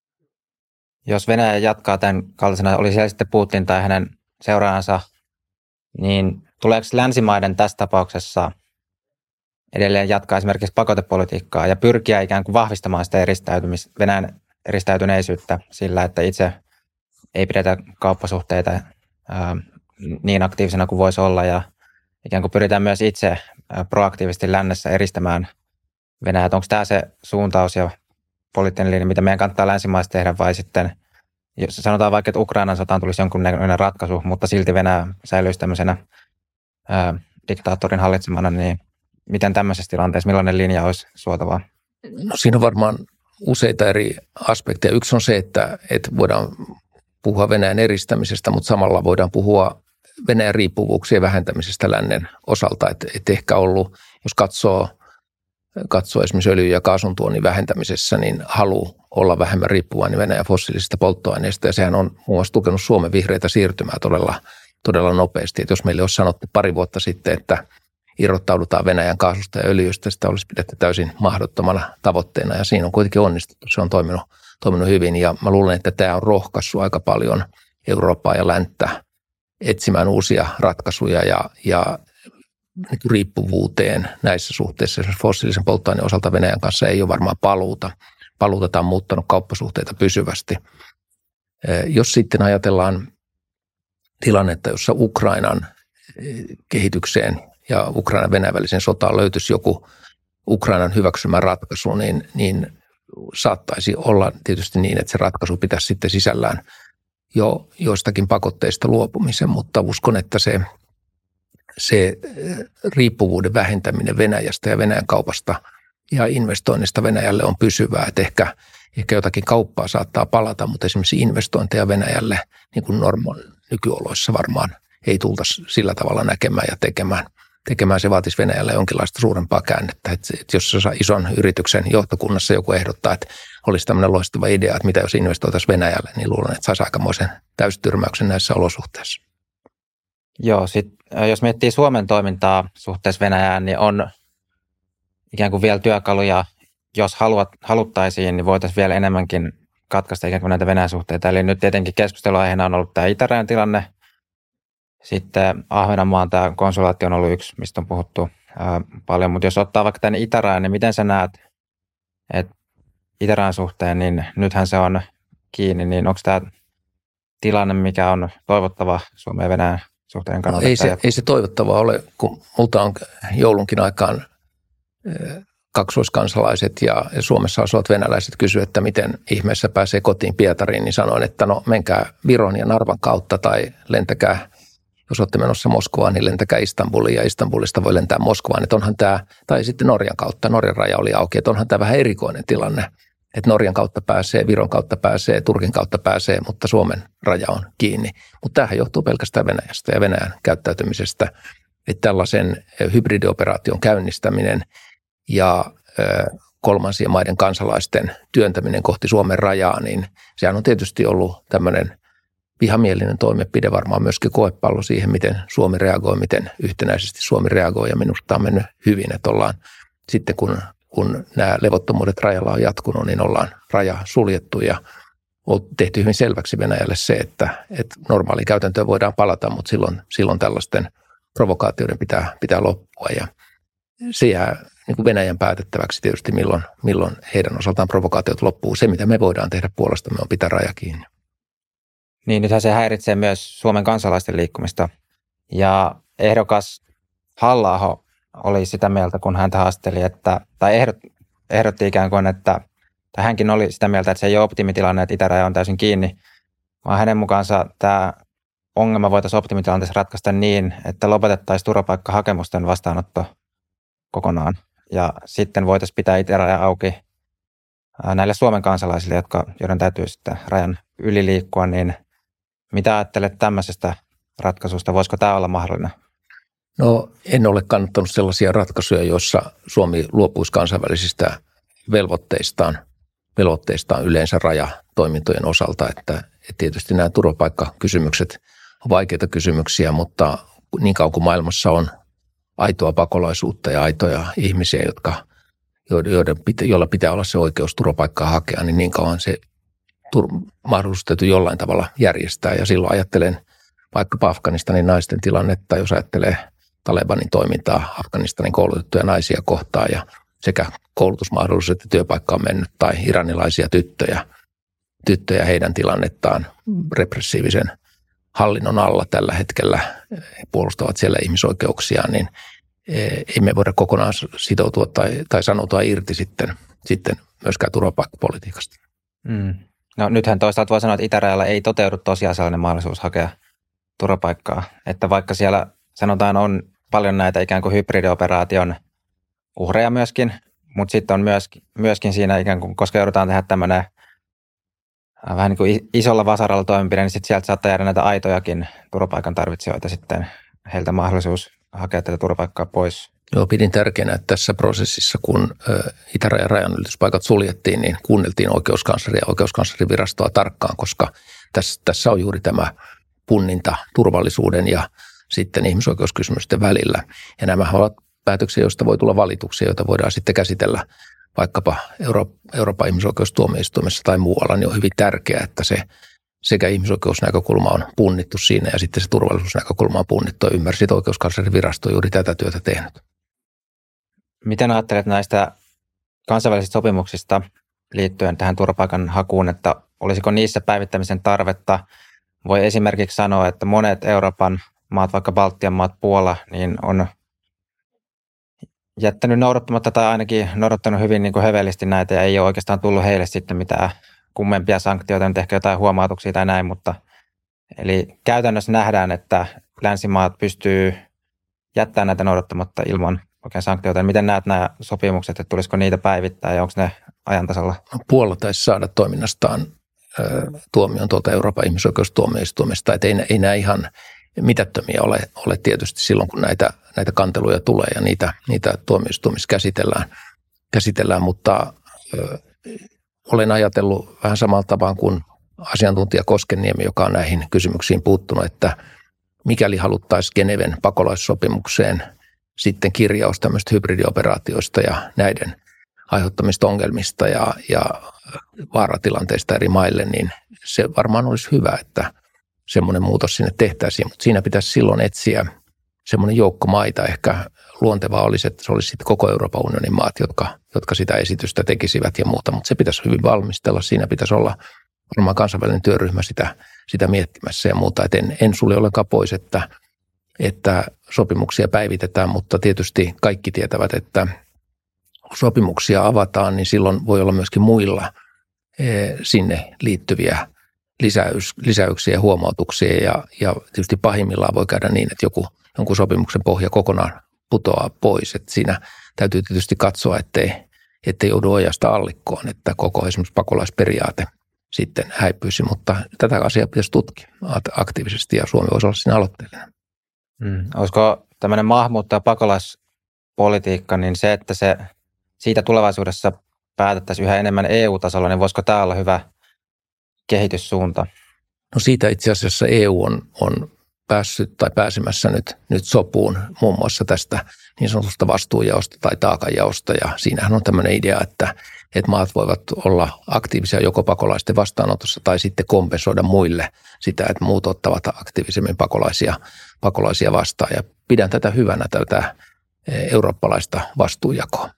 Jos Venäjä jatkaa tämän kaltaisena, oli siellä sitten Putin tai hänen seuraajansa, niin tuleeko länsimaiden tässä tapauksessa edelleen jatkaa esimerkiksi pakotepolitiikkaa ja pyrkiä ikään kuin vahvistamaan sitä eristäytymistä, Venäjän eristäytyneisyyttä sillä, että itse ei pidetä kauppasuhteita ää, niin aktiivisena kuin voisi olla ja ikään kuin pyritään myös itse ää, proaktiivisesti lännessä eristämään Venäjät. Onko tämä se suuntaus ja poliittinen linja, mitä meidän kannattaa länsimaissa tehdä, vai sitten, jos sanotaan vaikka, että Ukrainan sotaan tulisi jonkunlainen ratkaisu, mutta silti Venäjä säilyisi tämmöisenä ää, diktaattorin hallitsemana, niin miten tämmöisessä tilanteessa, millainen linja olisi suotavaa? No siinä on varmaan useita eri aspekteja. Yksi on se, että, että voidaan puhua Venäjän eristämisestä, mutta samalla voidaan puhua Venäjän riippuvuuksien vähentämisestä lännen osalta. Että et ehkä ollut, jos katsoo, katsoo esimerkiksi öljy- ja kaasun tuonnin vähentämisessä, niin halu olla vähemmän riippuvainen Venäjän fossiilisista polttoaineista. Ja sehän on muun muassa tukenut Suomen vihreitä siirtymää todella, todella nopeasti. Että jos meille olisi sanottu pari vuotta sitten, että irrottaudutaan Venäjän kaasusta ja öljystä, sitä olisi pidetty täysin mahdottomana tavoitteena. Ja siinä on kuitenkin onnistuttu. Se on toiminut, toiminut hyvin ja mä luulen, että tämä on rohkaissut aika paljon Eurooppaa ja länttä etsimään uusia ratkaisuja ja, ja riippuvuuteen näissä suhteissa. Esimerkiksi fossiilisen polttoaineen osalta Venäjän kanssa ei ole varmaan paluuta. Paluuta on muuttanut kauppasuhteita pysyvästi. Jos sitten ajatellaan tilannetta, jossa Ukrainan kehitykseen ja Ukrainan Venäjän välisen sotaan löytyisi joku Ukrainan hyväksymä ratkaisu, niin, niin saattaisi olla tietysti niin, että se ratkaisu pitäisi sitten sisällään jo joistakin pakotteista luopumisen, mutta uskon, että se, se riippuvuuden vähentäminen Venäjästä ja Venäjän kaupasta ja investoinnista Venäjälle on pysyvää, että ehkä, ehkä jotakin kauppaa saattaa palata, mutta esimerkiksi investointeja Venäjälle niin kuin normaali nykyoloissa varmaan ei tultaisi sillä tavalla näkemään ja tekemään. Tekemään se vaatisi Venäjälle jonkinlaista suurempaa käännettä. Että jos ison yrityksen johtokunnassa joku ehdottaa, että olisi tämmöinen loistava idea, että mitä jos investoitaisiin Venäjälle, niin luulen, että saisi aikamoisen täystyrmäyksen näissä olosuhteissa. Joo, sit, jos miettii Suomen toimintaa suhteessa Venäjään, niin on ikään kuin vielä työkaluja, jos haluat, haluttaisiin, niin voitaisiin vielä enemmänkin katkaista ikään kuin näitä Venäjän suhteita. Eli nyt tietenkin keskusteluaiheena on ollut tämä Itärajan tilanne. Sitten Ahvenanmaan tämä konsulaatti on ollut yksi, mistä on puhuttu ää, paljon, mutta jos ottaa vaikka tämän Itärajan, niin miten sä näet, että Itärajan suhteen, niin nythän se on kiinni, niin onko tämä tilanne, mikä on toivottava Suomen ja Venäjän suhteen kannalta? No ei, se, ei se toivottavaa ole, kun multa on joulunkin aikaan kaksoiskansalaiset ja Suomessa asuvat venäläiset kysyvät, että miten ihmeessä pääsee kotiin Pietariin, niin sanoin, että no menkää Viron ja Narvan kautta tai lentäkää. Jos olette menossa Moskovaan, niin lentäkää Istanbuliin ja Istanbulista voi lentää Moskovaan. Että onhan tämä, tai sitten Norjan kautta, Norjan raja oli auki, että onhan tämä vähän erikoinen tilanne. Että Norjan kautta pääsee, Viron kautta pääsee, Turkin kautta pääsee, mutta Suomen raja on kiinni. Mutta tämähän johtuu pelkästään Venäjästä ja Venäjän käyttäytymisestä. Että tällaisen hybridioperaation käynnistäminen ja kolmansien maiden kansalaisten työntäminen kohti Suomen rajaa, niin sehän on tietysti ollut tämmöinen vihamielinen toimenpide, varmaan myöskin koepallo siihen, miten Suomi reagoi, miten yhtenäisesti Suomi reagoi, ja minusta on mennyt hyvin, että ollaan sitten, kun, kun nämä levottomuudet rajalla on jatkunut, niin ollaan raja suljettu, ja on tehty hyvin selväksi Venäjälle se, että, että normaaliin käytäntöön voidaan palata, mutta silloin, silloin tällaisten provokaatioiden pitää, pitää loppua, ja se jää niin kuin Venäjän päätettäväksi tietysti, milloin, milloin heidän osaltaan provokaatiot loppuu. Se, mitä me voidaan tehdä puolestamme, on pitää raja kiinni. Niin, nythän se häiritsee myös Suomen kansalaisten liikkumista. Ja ehdokas Halla-aho oli sitä mieltä, kun häntä haasteli, että, tai ehdot, ehdotti ikään kuin, että tai hänkin oli sitä mieltä, että se ei ole optimitilanne, että itäraja on täysin kiinni, vaan hänen mukaansa tämä ongelma voitaisiin optimitilanteessa ratkaista niin, että lopetettaisiin turvapaikkahakemusten vastaanotto kokonaan. Ja sitten voitaisiin pitää itäraja auki näille Suomen kansalaisille, jotka, joiden täytyy sitten rajan yli liikkua, niin mitä ajattelet tämmöisestä ratkaisusta? Voisiko tämä olla mahdollinen? No en ole kannattanut sellaisia ratkaisuja, joissa Suomi luopuisi kansainvälisistä velvoitteistaan, velvoitteistaan yleensä rajatoimintojen osalta. Että, että tietysti nämä turvapaikkakysymykset on vaikeita kysymyksiä, mutta niin kauan kuin maailmassa on aitoa pakolaisuutta ja aitoja ihmisiä, jotka, joiden, joilla pitää olla se oikeus turvapaikkaa hakea, niin niin kauan se mahdollisuus täytyy jollain tavalla järjestää. Ja silloin ajattelen vaikkapa Afganistanin naisten tilannetta, jos ajattelee Talebanin toimintaa Afganistanin koulutettuja naisia kohtaan ja sekä koulutusmahdollisuus että työpaikka on mennyt, tai iranilaisia tyttöjä, tyttöjä heidän tilannettaan repressiivisen hallinnon alla tällä hetkellä, he puolustavat siellä ihmisoikeuksiaan, niin ei me voida kokonaan sitoutua tai, tai sanoutua irti sitten, sitten myöskään turvapaikkapolitiikasta. Mm. No nythän toisaalta voi sanoa, että itärajalla ei toteudu tosiaan sellainen mahdollisuus hakea turvapaikkaa, että vaikka siellä sanotaan on paljon näitä ikään kuin hybridioperaation uhreja myöskin, mutta sitten on myöskin, myöskin siinä ikään kuin, koska joudutaan tehdä tämmöinen vähän niin kuin isolla vasaralla toimenpide, niin sitten sieltä saattaa jäädä näitä aitojakin turvapaikan tarvitsijoita sitten heiltä mahdollisuus hakea tätä turvapaikkaa pois. Joo, pidin tärkeänä, että tässä prosessissa, kun itärajan rajanylityspaikat suljettiin, niin kuunneltiin oikeuskansleria ja oikeuskanslerinvirastoa tarkkaan, koska tässä, tässä on juuri tämä punninta turvallisuuden ja sitten ihmisoikeuskysymysten välillä. Ja nämä ovat päätöksiä, joista voi tulla valituksia, joita voidaan sitten käsitellä vaikkapa Euro- Euroopan ihmisoikeustuomioistuimessa tai muualla, niin on hyvin tärkeää, että se sekä ihmisoikeusnäkökulma on punnittu siinä ja sitten se turvallisuusnäkökulma on punnittu. Ja ymmärsin, että oikeuskanslerinvirasto on juuri tätä työtä tehnyt. Miten ajattelet näistä kansainvälisistä sopimuksista liittyen tähän turvapaikan hakuun, että olisiko niissä päivittämisen tarvetta? Voi esimerkiksi sanoa, että monet Euroopan maat, vaikka Baltian maat, Puola, niin on jättänyt noudattamatta tai ainakin noudattanut hyvin niin kuin hövelisti näitä ja ei ole oikeastaan tullut heille sitten mitään kummempia sanktioita, nyt ehkä jotain huomautuksia tai näin, mutta eli käytännössä nähdään, että länsimaat pystyy jättämään näitä noudattamatta ilman oikein sanktioita. Miten näet nämä sopimukset, että tulisiko niitä päivittää ja onko ne ajan tasalla? No, Puola taisi saada toiminnastaan ö, tuomion tuolta Euroopan ihmisoikeustuomioistuimesta, että ei, ei nämä ihan mitättömiä ole, ole tietysti silloin, kun näitä, näitä kanteluja tulee ja niitä, niitä tuomioistuimissa käsitellään, käsitellään mutta ö, olen ajatellut vähän samalla tapaa kuin asiantuntija Koskenniemi, joka on näihin kysymyksiin puuttunut, että mikäli haluttaisiin Geneven pakolaissopimukseen sitten kirjaus tämmöistä hybridioperaatioista ja näiden aiheuttamista ongelmista ja, ja vaaratilanteista eri maille, niin se varmaan olisi hyvä, että semmoinen muutos sinne tehtäisiin, mutta siinä pitäisi silloin etsiä semmoinen joukko maita, ehkä luontevaa olisi, että se olisi sitten koko Euroopan unionin maat, jotka, jotka sitä esitystä tekisivät ja muuta, mutta se pitäisi hyvin valmistella, siinä pitäisi olla varmaan kansainvälinen työryhmä sitä, sitä miettimässä ja muuta, että en, en sulje ollenkaan pois, että, että sopimuksia päivitetään, mutta tietysti kaikki tietävät, että kun sopimuksia avataan, niin silloin voi olla myöskin muilla e, sinne liittyviä lisäys, lisäyksiä ja huomautuksia ja, ja tietysti pahimmillaan voi käydä niin, että joku, jonkun sopimuksen pohja kokonaan putoaa pois, että siinä täytyy tietysti katsoa, ettei, ettei joudu ojasta allikkoon, että koko esimerkiksi pakolaisperiaate sitten häipyisi, mutta tätä asiaa pitäisi tutkia aktiivisesti ja Suomi voisi olla siinä aloitteellinen. Hmm. Olisiko tämmöinen maahanmuutto- ja pakolaispolitiikka, niin se, että se siitä tulevaisuudessa päätettäisiin yhä enemmän E U-tasolla, niin voisiko tämä olla hyvä kehityssuunta? No siitä itse asiassa E U on, on päässyt tai pääsemässä nyt, nyt sopuun muun muassa tästä niin sanotusta vastuunjaosta tai taakanjaosta ja siinähän on tämmöinen idea, että että maat voivat olla aktiivisia joko pakolaisten vastaanotossa tai sitten kompensoida muille sitä, että muut ottavat aktiivisemmin pakolaisia, pakolaisia vastaan. Ja pidän tätä hyvänä, tätä eurooppalaista vastuunjakoa.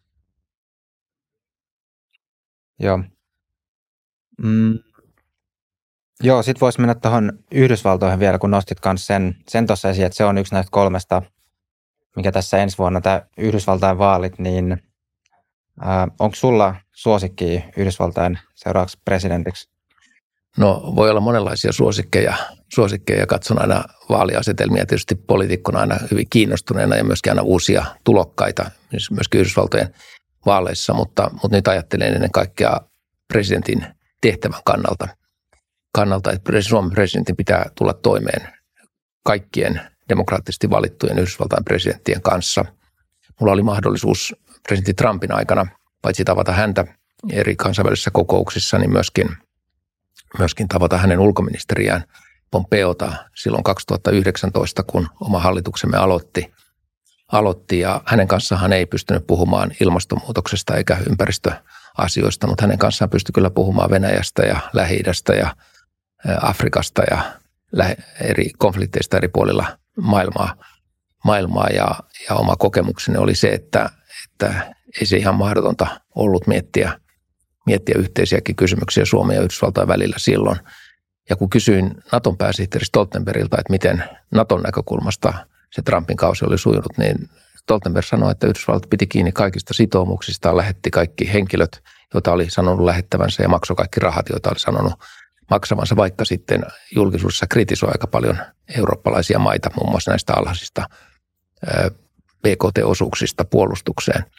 Joo. Mm. Joo, sitten voisi mennä tuohon Yhdysvaltoihin vielä, kun nostit myös sen, sen tuossa esiin, että se on yksi näistä kolmesta, mikä tässä ensi vuonna, tämä Yhdysvaltain vaalit, niin äh, onko sulla suosikki Yhdysvaltain seuraavaksi presidentiksi? No voi olla monenlaisia suosikkeja. Suosikkeja katson aina vaaliasetelmia tietysti poliitikkona aina hyvin kiinnostuneena ja myöskin aina uusia tulokkaita myöskin Yhdysvaltojen vaaleissa, mutta, mutta nyt ajattelen ennen kaikkea presidentin tehtävän kannalta, kannalta että Suomen presidentin pitää tulla toimeen kaikkien demokraattisesti valittujen Yhdysvaltain presidenttien kanssa. Mulla oli mahdollisuus presidentti Trumpin aikana paitsi tavata häntä eri kansainvälisissä kokouksissa, niin myöskin, myöskin tavata hänen ulkoministeriään Pompeota silloin kaksituhattayhdeksäntoista, kun oma hallituksemme aloitti. aloitti ja hänen kanssaan hän ei pystynyt puhumaan ilmastonmuutoksesta eikä ympäristöasioista, mutta hänen kanssaan pystyi kyllä puhumaan Venäjästä ja Lähi-idästä ja Afrikasta ja eri konflikteista eri puolilla maailmaa. maailmaa ja, ja oma kokemukseni oli se, että, että ei se ihan mahdotonta ollut miettiä, miettiä yhteisiäkin kysymyksiä Suomen ja Yhdysvaltain välillä silloin. Ja kun kysyin Naton pääsihteeri Stoltenbergilta, että miten Naton näkökulmasta se Trumpin kausi oli sujunut, niin Stoltenberg sanoi, että Yhdysvallat piti kiinni kaikista sitoumuksistaan, lähetti kaikki henkilöt, joita oli sanonut lähettävänsä ja maksoi kaikki rahat, joita oli sanonut maksavansa, vaikka sitten julkisuudessa kritisoi aika paljon eurooppalaisia maita, muun muassa näistä alhaisista B K T-osuuksista puolustukseen.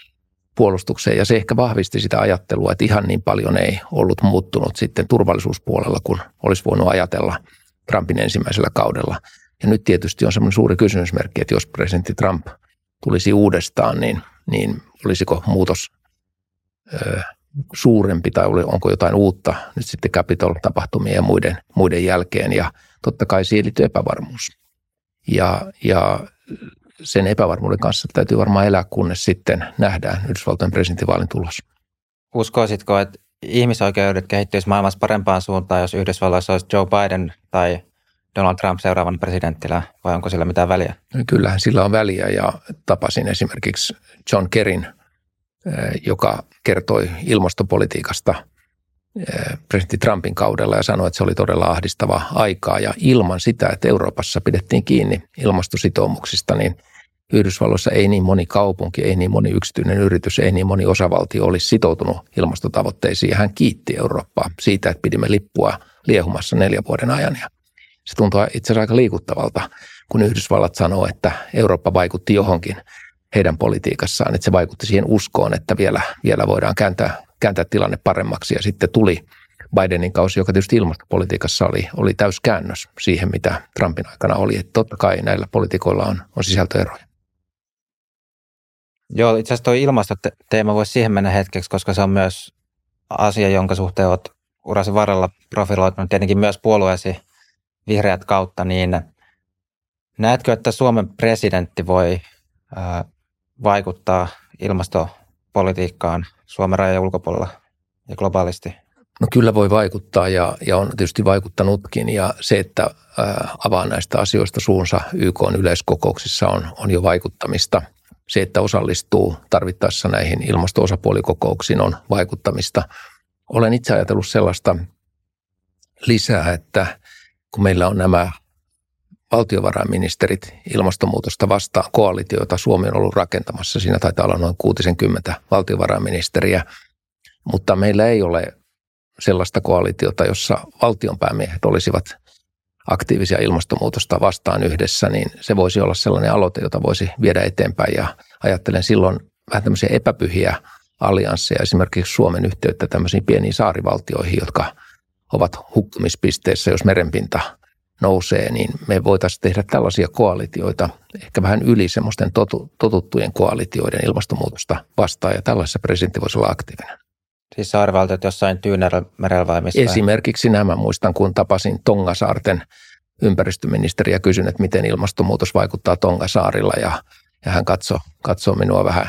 puolustukseen. Ja se ehkä vahvisti sitä ajattelua, että ihan niin paljon ei ollut muuttunut sitten turvallisuuspuolella, kun olisi voinut ajatella Trumpin ensimmäisellä kaudella. Ja nyt tietysti on semmoinen suuri kysymysmerkki, että jos presidentti Trump tulisi uudestaan, niin, niin olisiko muutos ö, suurempi tai onko jotain uutta nyt sitten Capitol-tapahtumien ja muiden, muiden jälkeen. Ja totta kai siihen liittyy epävarmuus. Ja, ja sen epävarmuuden kanssa täytyy varmaan elää, kunnes sitten nähdään Yhdysvaltojen presidentinvaalin tulos. Uskoisitko, että ihmisoikeudet kehittyisi maailmassa parempaan suuntaan, jos Yhdysvalloissa olisi Joe Biden tai Donald Trump seuraavan presidenttinä, vai onko sillä mitään väliä? Kyllähän sillä on väliä, ja tapasin esimerkiksi John Kerryn, joka kertoi ilmastopolitiikasta presidentti Trumpin kaudella ja sanoi, että se oli todella ahdistava aikaa. Ja ilman sitä, että Euroopassa pidettiin kiinni ilmastositoumuksista, niin Yhdysvalloissa ei niin moni kaupunki, ei niin moni yksityinen yritys, ei niin moni osavaltio olisi sitoutunut ilmastotavoitteisiin. Ja hän kiitti Eurooppaa siitä, että pidimme lippua liehumassa neljän vuoden ajan. Ja se tuntuu itse asiassa aika liikuttavalta, kun Yhdysvallat sanoo, että Eurooppa vaikutti johonkin heidän politiikassaan, että se vaikutti siihen uskoon, että vielä, vielä voidaan kääntää, kääntää tilanne paremmaksi. Ja sitten tuli Bidenin kausi, joka tietysti ilmastopolitiikassa oli, oli täyskäännös siihen, mitä Trumpin aikana oli. Että totta kai näillä poliitikoilla on, on sisältöeroja. Joo, itse asiassa tuo ilmastoteema voisi siihen mennä hetkeksi, koska se on myös asia, jonka suhteen olet urasi varrella profiloitunut tietenkin myös puolueesi vihreät kautta, niin näetkö, että Suomen presidentti voi ää, vaikuttaa ilmastopolitiikkaan Suomen rajojen ulkopuolella ja globaalisti? No kyllä voi vaikuttaa ja, ja on tietysti vaikuttanutkin, ja se, että ää, avaa näistä asioista suunsa Y K:n yleiskokouksissa on, on jo vaikuttamista. Se, että osallistuu tarvittaessa näihin ilmasto-osapuolikokouksiin, on vaikuttamista. Olen itse ajatellut sellaista lisää, että kun meillä on nämä valtiovarainministerit ilmastonmuutosta vastaan koalitio, jota Suomi on ollut rakentamassa, siinä taitaa olla noin kuusikymmentä valtiovarainministeriä, mutta meillä ei ole sellaista koalitiota, jossa valtionpäämiehet olisivat aktiivisia ilmastonmuutosta vastaan yhdessä, niin se voisi olla sellainen aloite, jota voisi viedä eteenpäin, ja ajattelen silloin vähän tämmöisiä epäpyhiä alliansseja, esimerkiksi Suomen yhteyttä tämmöisiin pieniin saarivaltioihin, jotka ovat hukkumispisteessä, jos merenpinta nousee, niin me voitaisiin tehdä tällaisia koalitioita, ehkä vähän yli semmoisten totu, totuttujen koalitioiden ilmastonmuutosta vastaan, ja tällaisessa presidentti voisi olla aktiivinen. Siis saarivaltiot jossain Tyynelmerellä vai missä? Esimerkiksi nämä. Muistan, kun tapasin Tongasaarten ympäristöministeriä ja kysyin, että miten ilmastonmuutos vaikuttaa Tongasaarilla, ja, ja hän katsoi, katsoi minua vähän,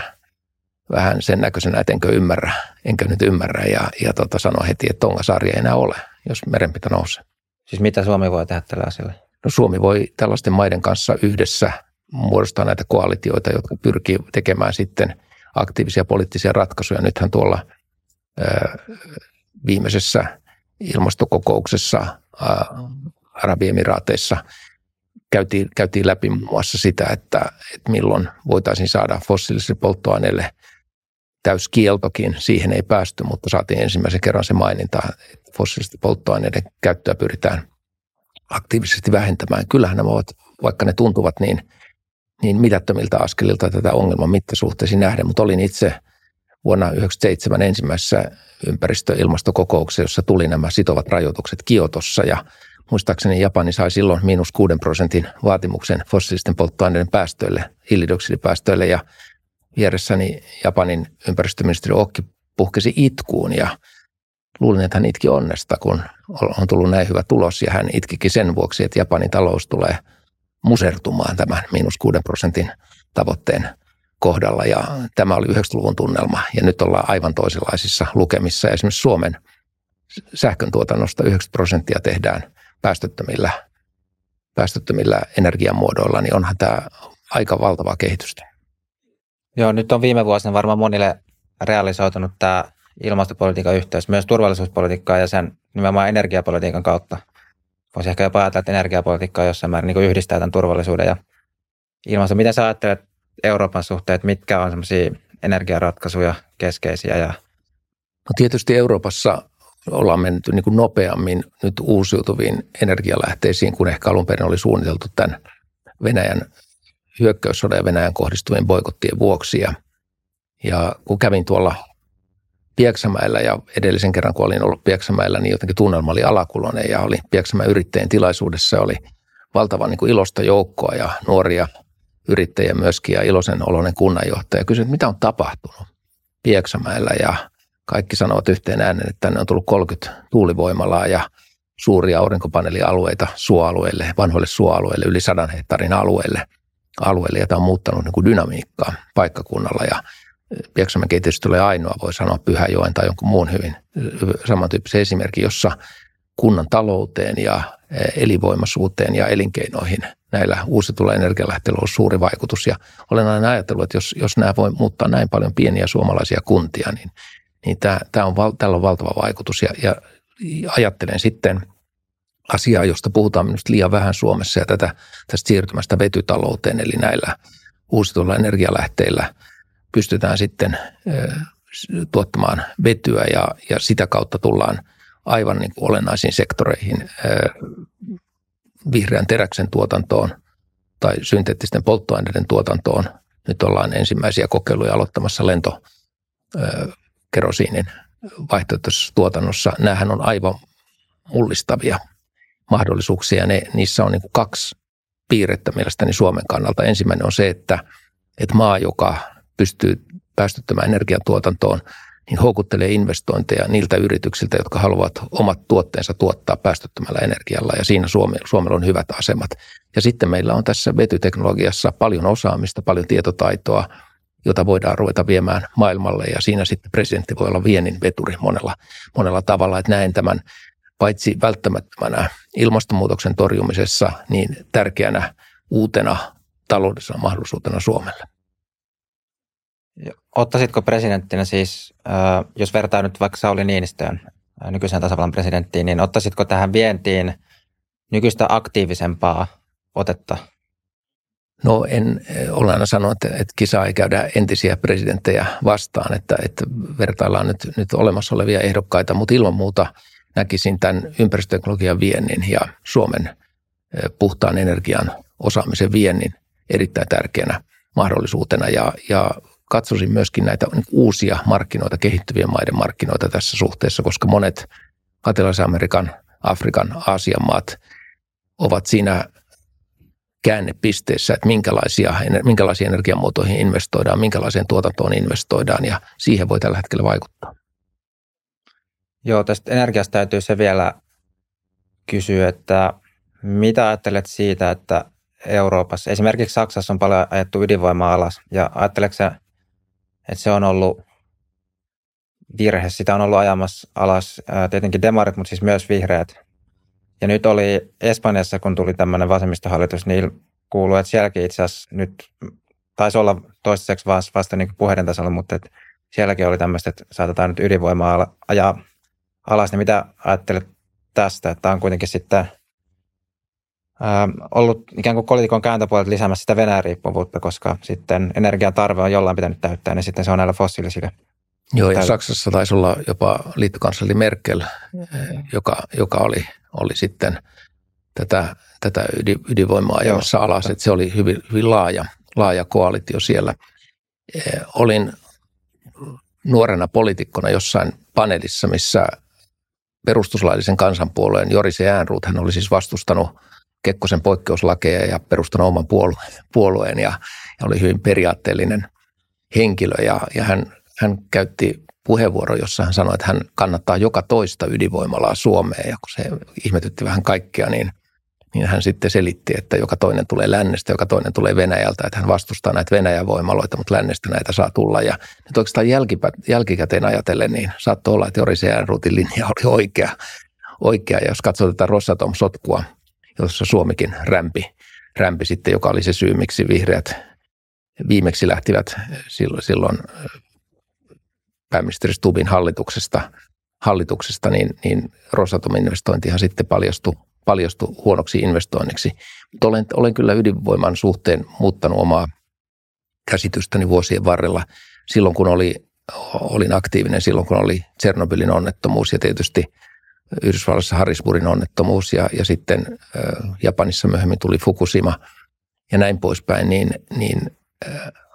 vähän sen näköisenä, että enkö ymmärrä, enkä nyt ymmärrä, ja, ja tota, sanoi heti, että Tongasaari ei enää ole, jos merenpinta nousee. Siis mitä Suomi voi tehdä tällä asialla? No Suomi voi tällaisten maiden kanssa yhdessä muodostaa näitä koalitioita, jotka pyrkii tekemään sitten aktiivisia poliittisia ratkaisuja. Nythän tuolla ää, viimeisessä ilmastokokouksessa ää, Arabiemiraateissa käytiin, käytiin läpi muun muassa sitä, että, että milloin voitaisiin saada fossiilisille polttoaineille täyskieltokin. Siihen ei päästy, mutta saatiin ensimmäisen kerran se maininta, että fossiilisten polttoaineiden käyttöä pyritään aktiivisesti vähentämään. Kyllähän nämä ovat, vaikka ne tuntuvat niin, niin mitättömiltä askelilta tätä ongelman mittasuhteisiin nähden, mutta olin itse vuonna yhdeksänkymmentäseitsemän ensimmäisessä ympäristö- ja ilmastokokouksessa, jossa tuli nämä sitovat rajoitukset Kiotossa, ja muistaakseni Japani sai silloin miinus kuuden prosentin vaatimuksen fossiilisten polttoaineiden päästöille, hiilidioksidipäästöille, ja vieressäni Japanin ympäristöministeri Okki puhkesi itkuun, ja luulin, että hän itki onnesta, kun on tullut näin hyvä tulos, ja hän itkikin sen vuoksi, että Japanin talous tulee musertumaan tämän miinus kuuden prosentin tavoitteen kohdalla, ja tämä oli yhdeksänkymmentäluvun tunnelma, ja nyt ollaan aivan toisenlaisissa lukemissa. Esimerkiksi Suomen sähköntuotannosta yhdeksänkymmentä prosenttia tehdään päästöttömillä, päästöttömillä energiamuodoilla, niin onhan tämä aika valtavaa kehitystä. Joo, nyt on viime vuosina varmaan monille realisoitunut tämä ilmastopolitiikan yhteys, myös turvallisuuspolitiikkaa ja sen nimenomaan energiapolitiikan kautta. Voisi ehkä jopa ajatella, että energiapolitiikka jossain määrin niin kuin yhdistää tämän turvallisuuden ja ilmaston. Miten sä ajattelet Euroopan suhteen, että mitkä on sellaisia energiaratkaisuja keskeisiä? Ja... No tietysti Euroopassa ollaan mennyt niin kuin nopeammin nyt uusiutuviin energialähteisiin, kun ehkä alun perin oli suunniteltu tämän Venäjän hyökkäyssodan ja Venäjän kohdistuvien boikottien vuoksi. Ja, Ja kun kävin tuolla Pieksämäellä ja edellisen kerran, kun olin ollut Pieksämäellä, niin jotenkin tunnelma oli alakuloinen ja oli Pieksämäen yrittäjien tilaisuudessa, oli valtavan niin kuin ilosta joukkoa ja nuoria yrittäjiä myöskin ja iloisen oloinen kunnanjohtaja. Kysyin, että mitä on tapahtunut Pieksämäellä ja kaikki sanovat yhteen äänen, että tänne on tullut kolmekymmentä tuulivoimalaa ja suuria aurinkopaneelialueita suoalueille, vanhoille suoalueille, yli sadan hehtaarin alueelle, alueelle ja tämä on muuttanut niin kuin dynamiikkaa paikkakunnalla ja Pieksämäki ei tietysti ole ainoa, voi sanoa Pyhäjoen tai jonkun muun hyvin samantyyppisen esimerkin, jossa kunnan talouteen ja elinvoimaisuuteen ja elinkeinoihin näillä uusituilla energialähteillä on suuri vaikutus. Ja olen aina ajatellut, että jos, jos nämä voi muuttaa näin paljon pieniä suomalaisia kuntia, niin, niin tämä, tämä on, tällä on valtava vaikutus. Ja, ja ajattelen sitten asiaa, josta puhutaan minusta liian vähän Suomessa ja tätä, tästä siirtymästä vetytalouteen, eli näillä uusituilla energialähteillä pystytään sitten tuottamaan vetyä ja, ja sitä kautta tullaan aivan niin kuin olennaisiin sektoreihin, vihreän teräksen tuotantoon tai synteettisten polttoaineiden tuotantoon. Nyt ollaan ensimmäisiä kokeiluja aloittamassa lentokerosiinin vaihtoehtoisessa tuotannossa. Nämähän on aivan mullistavia mahdollisuuksia. Ne, niissä on niin kuin kaksi piirrettä mielestäni Suomen kannalta. Ensimmäinen on se, että, että maa, joka pystyy päästöttömään energiantuotantoon, niin houkuttelee investointeja niiltä yrityksiltä, jotka haluavat omat tuotteensa tuottaa päästöttömällä energialla, ja siinä Suomi, Suomella on hyvät asemat. Ja sitten meillä on tässä vetyteknologiassa paljon osaamista, paljon tietotaitoa, jota voidaan ruveta viemään maailmalle, ja siinä sitten presidentti voi olla viennin veturi monella, monella tavalla, että näen tämän paitsi välttämättömänä ilmastonmuutoksen torjumisessa, niin tärkeänä uutena taloudellisena mahdollisuutena Suomelle. Ottaisitko presidenttinä siis, jos vertaa nyt vaikka Sauli Niinistöön, nykyiseen tasavallan presidenttiin, niin ottaisitko tähän vientiin nykyistä aktiivisempaa otetta? No en ole aina sanonut, että, että kisaa ei käydä entisiä presidenttejä vastaan, että, että vertaillaan nyt, nyt olemassa olevia ehdokkaita, mutta ilman muuta näkisin tämän ympäristöteknologian viennin ja Suomen puhtaan energian osaamisen viennin erittäin tärkeänä mahdollisuutena ja, ja katsoisin myöskin näitä uusia markkinoita, kehittyvien maiden markkinoita tässä suhteessa, koska monet Latinalaisen-Amerikan, Afrikan, Aasian maat ovat siinä käännepisteessä, että minkälaisia, minkälaisiin energiamuotoihin investoidaan, minkälaiseen tuotantoon investoidaan ja siihen voi tällä hetkellä vaikuttaa. Joo, tästä energiasta täytyy se vielä kysyä, että mitä ajattelet siitä, että Euroopassa, esimerkiksi Saksassa on paljon ajettu ydinvoimaa alas ja ajatteleeko sä, että se on ollut virhe, sitä on ollut ajamassa alas ää, tietenkin demarit, mutta siis myös vihreät. Ja nyt oli Espanjassa, kun tuli tämmöinen vasemmistohallitus, niin kuuluu, että sielläkin itse asiassa nyt taisi olla toistaiseksi vasta, vasta niin kuin puheiden tasolla, mutta että sielläkin oli tämmöistä, että saatetaan nyt ydinvoimaa ajaa alas. Niin mitä ajattelet tästä, että tämä on kuitenkin sitten ää, ollut ikään kuin poliitikon kääntöpuolet lisäämässä sitä Venäjän riippuvuutta, koska sitten energian tarve on jollain pitänyt täyttää, niin sitten se on näillä fossiilisille. Joo, ja Saksassa taisi olla jopa liittokansleri Merkel, joka, joka oli, oli sitten tätä, tätä ydinvoimaa ajamassa alas, että se oli hyvin, hyvin laaja, laaja koalitio siellä. Olin nuorena poliitikkona jossain paneelissa, missä perustuslaillisen kansanpuolueen Jori C. Ehrnrooth, hän oli siis vastustanut Kekkosen poikkeuslakeja ja perustanut oman puolueen, puolueen ja, ja oli hyvin periaatteellinen henkilö ja, ja hän Hän käytti puheenvuoron, jossa hän sanoi, että hän kannattaa joka toista ydinvoimalaa Suomeen. Ja kun se ihmetytti vähän kaikkea, niin, niin hän sitten selitti, että joka toinen tulee lännestä, joka toinen tulee Venäjältä. Että hän vastustaa näitä Venäjän voimaloita, mutta lännestä näitä saa tulla. Ja nyt oikeastaan jälkipä, jälkikäteen ajatellen, niin saattoi olla, että Jori C. Ehrnroothin linja oli oikea. oikea. Ja jos katsotaan tätä Rosatom-sotkua, jossa Suomikin rämpi, rämpi sitten, joka oli se syy, miksi vihreät viimeksi lähtivät silloin, silloin pääministeri Stubbin hallituksesta, hallituksesta niin, niin Rosatom-investointihan sitten paljastui, paljastui huonoksi investoinniksi. Mutta olen, olen kyllä ydinvoiman suhteen muuttanut omaa käsitystäni vuosien varrella. Silloin kun oli, olin aktiivinen, silloin kun oli Tšernobylin onnettomuus ja tietysti Yhdysvalloissa Harrisburgin onnettomuus ja, ja sitten äh, Japanissa myöhemmin tuli Fukushima ja näin poispäin, niin, niin äh,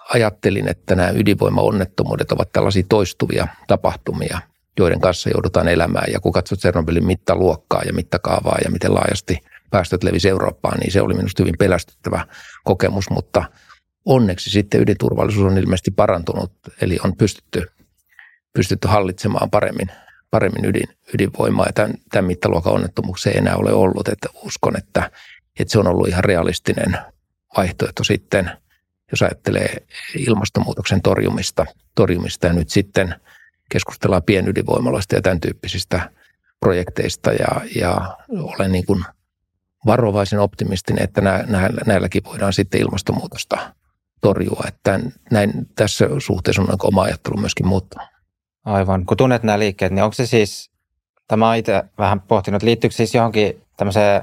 ajattelin, että nämä ydinvoimaonnettomuudet ovat tällaisia toistuvia tapahtumia, joiden kanssa joudutaan elämään. Ja kun katsot Tsernobylin mittaluokkaa ja mittakaavaa ja miten laajasti päästöt levisi Eurooppaan, niin se oli minusta hyvin pelästyttävä kokemus, mutta onneksi sitten ydinturvallisuus on ilmeisesti parantunut, eli on pystytty, pystytty hallitsemaan paremmin, paremmin ydin, ydinvoimaa. Ja tämän, tämän mittaluokan onnettomuuksia ei enää ole ollut, että uskon, että, että se on ollut ihan realistinen vaihtoehto sitten, jos ajattelee ilmastonmuutoksen torjumista, torjumista ja nyt sitten keskustellaan pienydinvoimaloista ja tämän tyyppisistä projekteista ja, ja olen niin kuin varovaisen optimistinen, että nä, nä, näilläkin voidaan sitten ilmastonmuutosta torjua. Että näin, tässä suhteessa on oma ajattelu myöskin muuttunut. Aivan. Kun tunnet nämä liikkeet, niin onko se siis, tämä olen itse vähän pohtinut, liittyykö siis johonkin tämmöiseen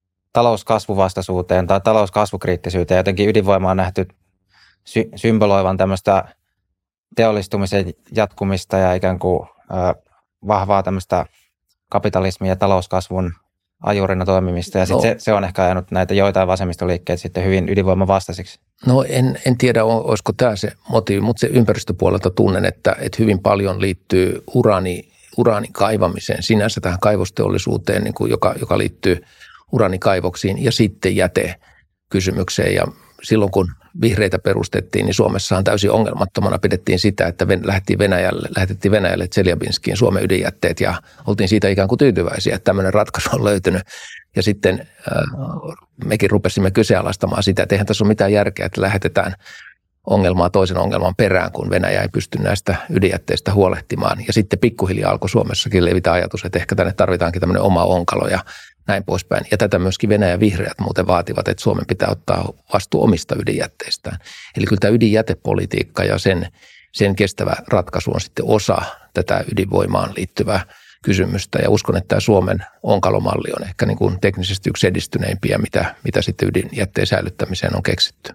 talouskasvuvastaisuuteen tai talouskasvukriittisyyteen? Jotenkin ydinvoima on nähty sy- symboloivan tämmöistä teollistumisen jatkumista ja ikään kuin ö, vahvaa tämmöistä kapitalismin ja talouskasvun ajurina toimimista. Ja sitten no, se, se on ehkä ajanut näitä joitain vasemmistoliikkeitä sitten hyvin ydinvoimavastaisiksi. No en, en tiedä, olisiko tämä se motiivi, mutta se ympäristöpuolelta tunnen, että, että hyvin paljon liittyy uraani, uraanin kaivamiseen, sinänsä tähän kaivosteollisuuteen, niin kuin joka, joka liittyy uraanikaivoksiin ja sitten jätekysymykseen. Ja silloin kun vihreitä perustettiin, niin Suomessahan täysin ongelmattomana pidettiin sitä, että lähdettiin Venäjälle, lähetettiin Venäjälle Tseljabinskiin Suomen ydinjätteet ja oltiin siitä ikään kuin tyytyväisiä, että tämmöinen ratkaisu on löytynyt. Ja sitten äh, mekin rupesimme kyseenalaistamaan sitä, että eihän tässä ole mitään järkeä, että lähetetään ongelmaa toisen ongelman perään, kun Venäjä ei pysty näistä ydinjätteistä huolehtimaan. Ja sitten pikkuhiljaa alkoi Suomessakin levitä ajatus, että ehkä tänne tarvitaankin tämmöinen oma onkalo ja näin poispäin. Ja tätä myöskin Venäjän vihreät muuten vaativat, että Suomen pitää ottaa vastuu omista ydinjätteistään. Eli kyllä tämä ydinjätepolitiikka ja sen, sen kestävä ratkaisu on sitten osa tätä ydinvoimaan liittyvää kysymystä. Ja uskon, että tämä Suomen onkalomalli on ehkä niin kuin teknisesti yksi edistyneimpiä, mitä, mitä sitten ydinjätteen säilyttämiseen on keksitty.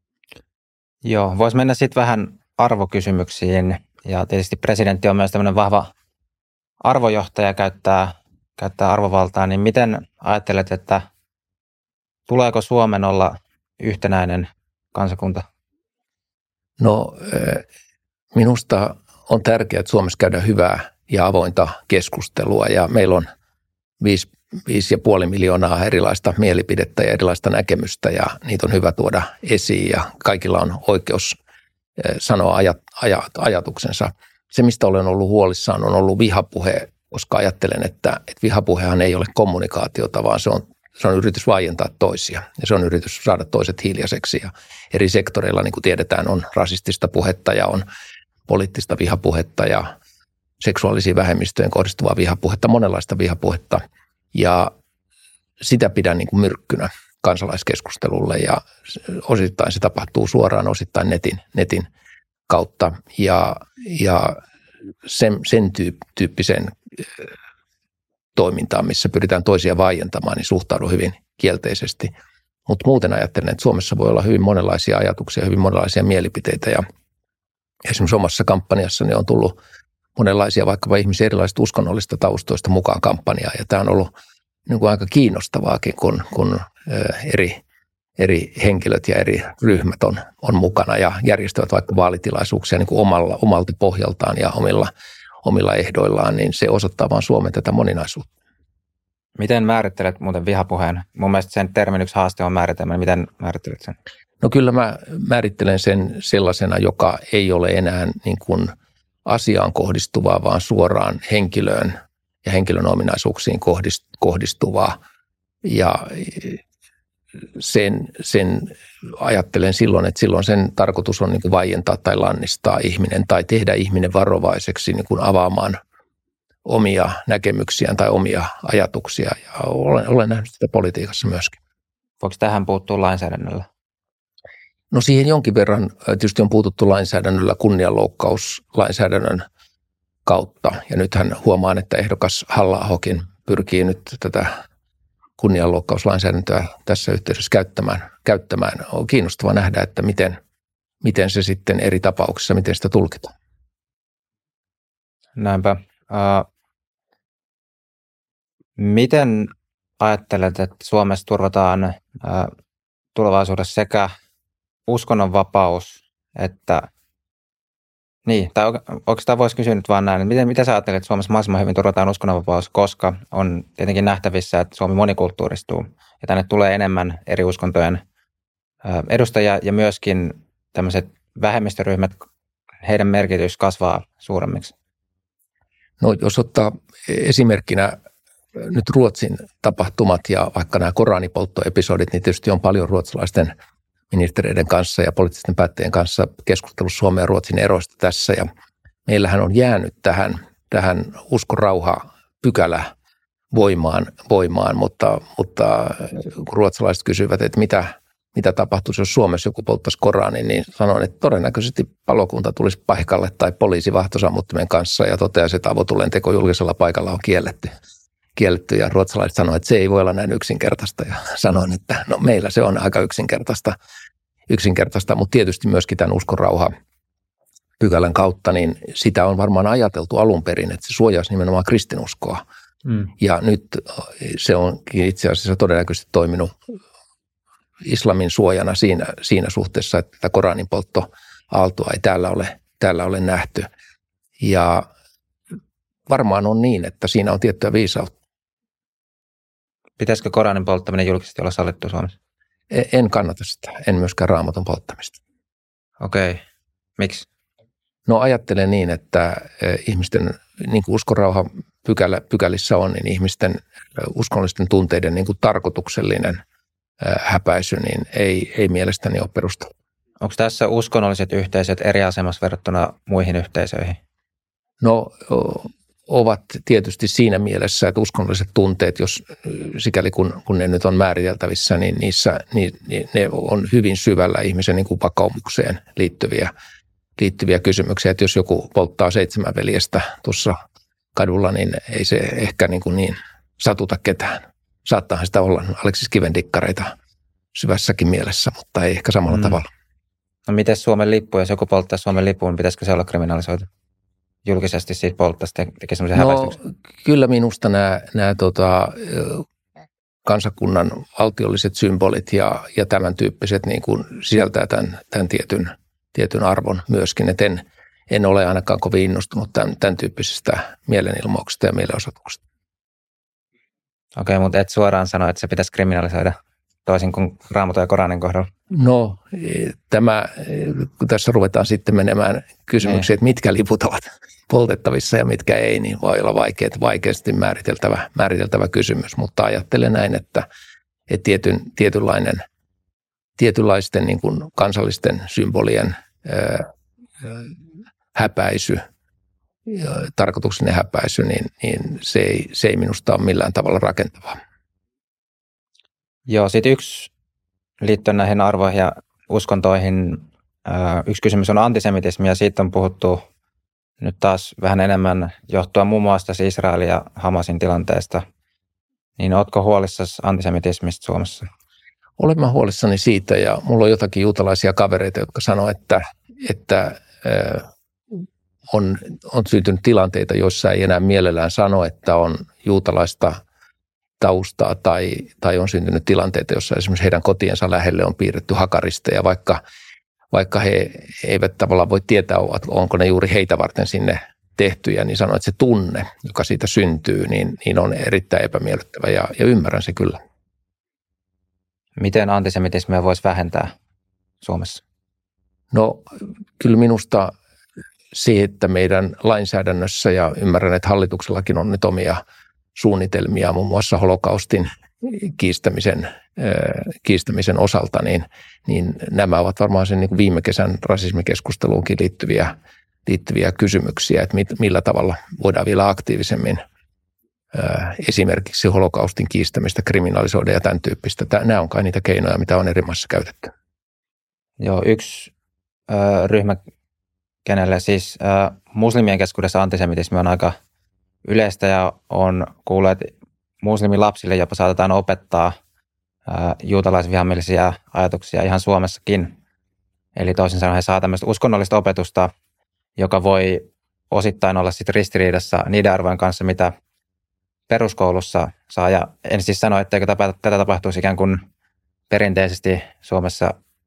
Joo, voisi mennä sitten vähän arvokysymyksiin. Ja tietysti presidentti on myös tämmöinen vahva arvojohtaja, käyttää käyttää arvovaltaa, niin miten ajattelet, että tuleeko Suomen olla yhtenäinen kansakunta? No minusta on tärkeää, että Suomessa käydään hyvää ja avointa keskustelua ja meillä on viisi, viisi ja puoli miljoonaa erilaista mielipidettä ja erilaista näkemystä ja niitä on hyvä tuoda esiin ja kaikilla on oikeus sanoa ajat, ajat, ajatuksensa. Se, mistä olen ollut huolissaan, on ollut vihapuhe, koska ajattelen, että, että vihapuhehan ei ole kommunikaatiota, vaan se on, se on yritys vaientaa toisia ja se on yritys saada toiset hiljaiseksi. Ja eri sektoreilla, niin kuin tiedetään, on rasistista puhetta ja on poliittista vihapuhetta ja seksuaalisiin vähemmistöjen kohdistuvaa vihapuhetta, monenlaista vihapuhetta. Ja sitä pidän niin kuin myrkkynä kansalaiskeskustelulle ja osittain se tapahtuu suoraan, osittain netin, netin kautta ja, ja sen, sen tyyppisen toimintaan, missä pyritään toisia vaientamaan, niin suhtaudun hyvin kielteisesti. Mutta muuten ajattelen, että Suomessa voi olla hyvin monenlaisia ajatuksia, hyvin monenlaisia mielipiteitä ja esimerkiksi omassa kampanjassani on tullut monenlaisia vaikkapa ihmisiä erilaisista uskonnollista taustoista mukaan kampanjaan ja tämä on ollut niin kuin aika kiinnostavaakin, kun, kun eri, eri henkilöt ja eri ryhmät on, on mukana ja järjestävät vaikka vaalitilaisuuksia niin kuin omalla, omalta pohjaltaan ja omilla, omilla ehdoillaan, niin se osoittaa vaan Suomen tätä moninaisuutta. Miten määrittelet muuten vihapuheen? Mun mielestä sen termin yksi haaste on määritelmä. Miten määrittelet sen? No kyllä mä määrittelen sen sellaisena, joka ei ole enää niin kuin asiaan kohdistuvaa, vaan suoraan henkilöön ja henkilön ominaisuuksiin kohdistuvaa. Ja sen, sen ajattelen silloin, että silloin sen tarkoitus on niin kuin vaientaa tai lannistaa ihminen tai tehdä ihminen varovaiseksi niin kuin avaamaan omia näkemyksiään tai omia ajatuksia. Ja olen, olen nähnyt sitä politiikassa myöskin. Voiko tähän puuttua lainsäädännöllä? No siihen jonkin verran tietysti on puututtu lainsäädännöllä kunnianloukkauslainsäädännön kautta. Ja nythän huomaan, että ehdokas Halla-ahokin pyrkii nyt tätä kunnianloukkauslainsäädäntöä tässä yhteydessä käyttämään. käyttämään. On kiinnostavaa nähdä, että miten, miten se sitten eri tapauksissa, miten sitä tulkitaan. Näinpä. Uh, miten ajattelet, että Suomessa turvataan uh, tulevaisuudessa sekä uskonnonvapaus että niin, tai oikeastaan voisi kysyä nyt vaan näin, että miten, mitä sä ajattelet, että Suomessa mahdollisimman hyvin turvataan uskonnonvapaus, koska on tietenkin nähtävissä, että Suomi monikulttuuristuu ja tänne tulee enemmän eri uskontojen edustajia ja myöskin tämmöiset vähemmistöryhmät, heidän merkitys kasvaa suuremmiksi. No jos ottaa esimerkkinä nyt Ruotsin tapahtumat ja vaikka nämä Koranipolttoepisodit, niin tietysti on paljon ruotsalaisten ministereiden kanssa ja poliittisten päättäjien kanssa keskustelussa Suomen ja Ruotsin eroista tässä. Ja meillähän on jäänyt tähän, tähän uskon rauha pykälä voimaan, voimaan mutta, mutta kun ruotsalaiset kysyvät, että mitä, mitä tapahtuisi, jos Suomessa joku polttaisi Koranin, niin sanoin, että todennäköisesti palokunta tulisi paikalle tai poliisi vahtosammuttimen kanssa ja toteaisi, että avotulen teko julkisella paikalla on kielletty. kielletty ja ruotsalaiset sanoivat, että se ei voi olla näin yksinkertaista ja sanoin, että no meillä se on aika yksinkertaista, yksinkertaista mutta tietysti myöskin tämän uskonrauha pykälän kautta, niin sitä on varmaan ajateltu alun perin, että se suojaisi nimenomaan kristinuskoa. Mm. Ja nyt se onkin itse asiassa todennäköisesti toiminut islamin suojana siinä, siinä suhteessa, että Koranin polttoaaltoa ei täällä ole, täällä ole nähty. Ja varmaan on niin, että siinä on tiettyä viisautta. Pitäisikö Koranin polttaminen julkisesti olla sallittu Suomessa? En kannata sitä, en myöskään Raamatun polttamista. Okei, okay. Miksi? No ajattelen niin, että ihmisten, niin kuin uskonrauha pykälä, pykälissä on, niin ihmisten uskonnollisten tunteiden niin kuin tarkoituksellinen häpäisy, niin ei, ei mielestäni ole perusteltu. Onko tässä uskonnolliset yhteisöt eri asemassa verrattuna muihin yhteisöihin? No ovat tietysti siinä mielessä, että uskonnolliset tunteet, jos sikäli kun, kun ne nyt on määriteltävissä, niin niissä niin, niin ne on hyvin syvällä ihmisen niin kuin vakaumukseen liittyviä, liittyviä kysymyksiä. Että jos joku polttaa seitsemän veljestä tuossa kadulla, niin ei se ehkä niin, kuin niin satuta ketään. Saattaahan sitä olla Aleksis Kiven dikkareita syvässäkin mielessä, mutta ei ehkä samalla mm. tavalla. No miten Suomen lippu, jos joku polttaa Suomen lipun, niin pitäisikö se olla kriminalisoitu? Julkisesti siitä polttaisi, tekee semmoisen no, häväistyksen? Kyllä minusta nämä, nämä tota, kansakunnan valtiolliset symbolit ja, ja tämän tyyppiset niin kuin sisältää tämän, tämän tietyn, tietyn arvon myöskin. Et en, en ole ainakaan kovin innostunut tämän, tämän tyyppisestä mielenilmauksesta ja mielenosoituksesta. Okei, mutta et suoraan sano, että se pitäisi kriminalisoida toisin kuin Raamatun ja Koranin kohdalla. No tämä, kun tässä ruvetaan sitten menemään kysymyksiin, että mitkä liput ovat poltettavissa ja mitkä ei, niin voi olla vaikea, vaikeasti määriteltävä, määriteltävä kysymys. Mutta ajattelen näin, että, että tietyn, tietynlainen, tietynlaisten niin kuin kansallisten symbolien ää, häpäisy, tarkoituksellinen häpäisy, niin, niin se, ei, se ei minusta ole millään tavalla rakentavaa. Joo, sitten yksi liittyen näihin arvoihin ja uskontoihin. Yksi kysymys on antisemitismi ja siitä on puhuttu nyt taas vähän enemmän johtuen muun muassa tässä Israelin ja Hamasin tilanteesta. Niin ootko huolissasi antisemitismistä Suomessa? Olen mä huolissani siitä ja mulla on jotakin juutalaisia kavereita, jotka sanoo, että, että on, on syntynyt tilanteita, joissa ei enää mielellään sano, että on juutalaista taustaa tai, tai on syntynyt tilanteita, joissa esimerkiksi heidän kotiensa lähelle on piirretty hakaristeja, vaikka, vaikka he eivät tavallaan voi tietää, onko ne juuri heitä varten sinne tehtyjä, niin sanoo, että se tunne, joka siitä syntyy, niin, niin on erittäin epämiellyttävä ja, ja ymmärrän se kyllä. Miten antisemitismiä voisi vähentää Suomessa? No kyllä minusta se, että meidän lainsäädännössä ja ymmärrän, että hallituksellakin on nyt omia suunnitelmia muun muassa holokaustin kiistämisen, kiistämisen osalta, niin, niin nämä ovat varmaan sen niin kuin viime kesän rasismikeskusteluunkin liittyviä, liittyviä kysymyksiä, että mit, millä tavalla voidaan vielä aktiivisemmin esimerkiksi holokaustin kiistämistä kriminalisoida ja tämän tyyppistä. Nämä on kai niitä keinoja, mitä on eri maissa käytetty. Joo, yksi ö, ryhmä, kenelle siis ö, muslimien keskuudessa antisemitismi on aika yleistä ja on kuullut, että muslimilapsille jopa saatetaan opettaa ää, juutalaisvihamielisiä ajatuksia ihan Suomessakin. Eli toisin sanoen he saa tämmöistä uskonnollista opetusta, joka voi osittain olla sitten ristiriidassa niiden arvojen kanssa, mitä peruskoulussa saa. Ja en siis sano, etteikö tätä tapahtuisi ikään kuin perinteisesti Suomessa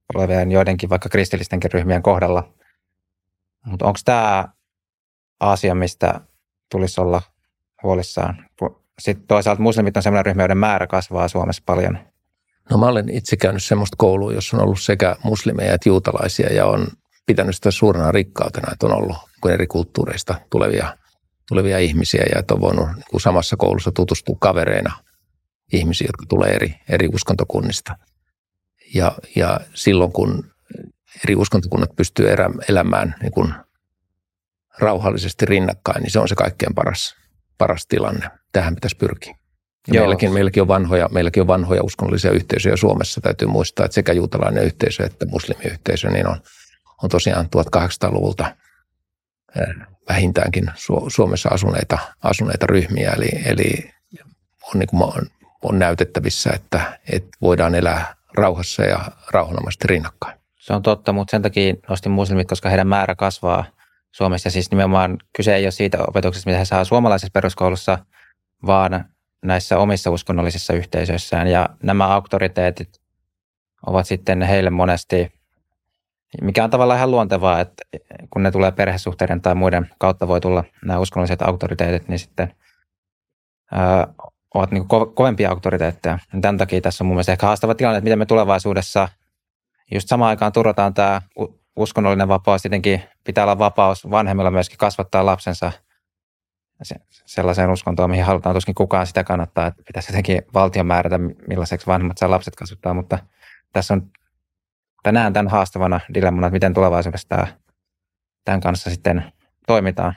olevien joidenkin vaikka kristillistenkin ryhmien kohdalla. Mutta onko tämä asia, mistä tulisi olla huolissaan? Sitten toisaalta muslimit on sellainen ryhmä, joiden määrä kasvaa Suomessa paljon. No mä olen itse käynyt semmoista koulua, jossa on ollut sekä muslimeja että juutalaisia ja on pitänyt sitä suurena rikkautena, että on ollut eri kulttuureista tulevia, tulevia ihmisiä ja että on voinut niin samassa koulussa tutustua kavereina ihmisiä, jotka tulee eri, eri uskontokunnista. Ja, ja silloin, kun eri uskontokunnat pystyy elämään niin kuin rauhallisesti rinnakkain, niin se on se kaikkein paras, paras tilanne. Tähän pitäisi pyrkiä. Meilläkin, meilläkin, on vanhoja, meilläkin on vanhoja uskonnollisia yhteisöjä Suomessa. Täytyy muistaa, että sekä juutalainen yhteisö että muslimiyhteisö niin on, on tosiaan tuhatkahdeksansataaluvulta vähintäänkin Suomessa asuneita, asuneita ryhmiä. Eli, eli on, niin kuin on, on näytettävissä, että, että voidaan elää rauhassa ja rauhanomaisesti rinnakkain. Se on totta, mutta sen takia nostin muslimit, koska heidän määrä kasvaa Suomessa. Ja siis nimenomaan kyse ei ole siitä opetuksesta, mitä he saa suomalaisessa peruskoulussa, vaan näissä omissa uskonnollisissa yhteisöissään. Ja nämä auktoriteetit ovat sitten heille monesti, mikä on tavallaan ihan luontevaa, että kun ne tulee perhesuhteiden tai muiden kautta voi tulla nämä uskonnolliset auktoriteetit, niin sitten ää, ovat niin kuin kovempia auktoriteetteja. Tämän takia tässä on mun mielestä ehkä haastava tilanne, että miten me tulevaisuudessa just samaan aikaan turvataan tämä uskonnollinen vapaus. Tietenkin pitää olla vapaus vanhemmilla myöskin kasvattaa lapsensa sellaiseen uskontoon, mihin halutaan. Tuskin kukaan sitä kannattaa, että pitäisi jotenkin valtion määrätä, millaiseksi vanhemmat saa lapset kasvattaa. Mutta tässä on tänään tämän haastavana dilemmana, että miten tulevaisuudessa tämä, tämän kanssa sitten toimitaan.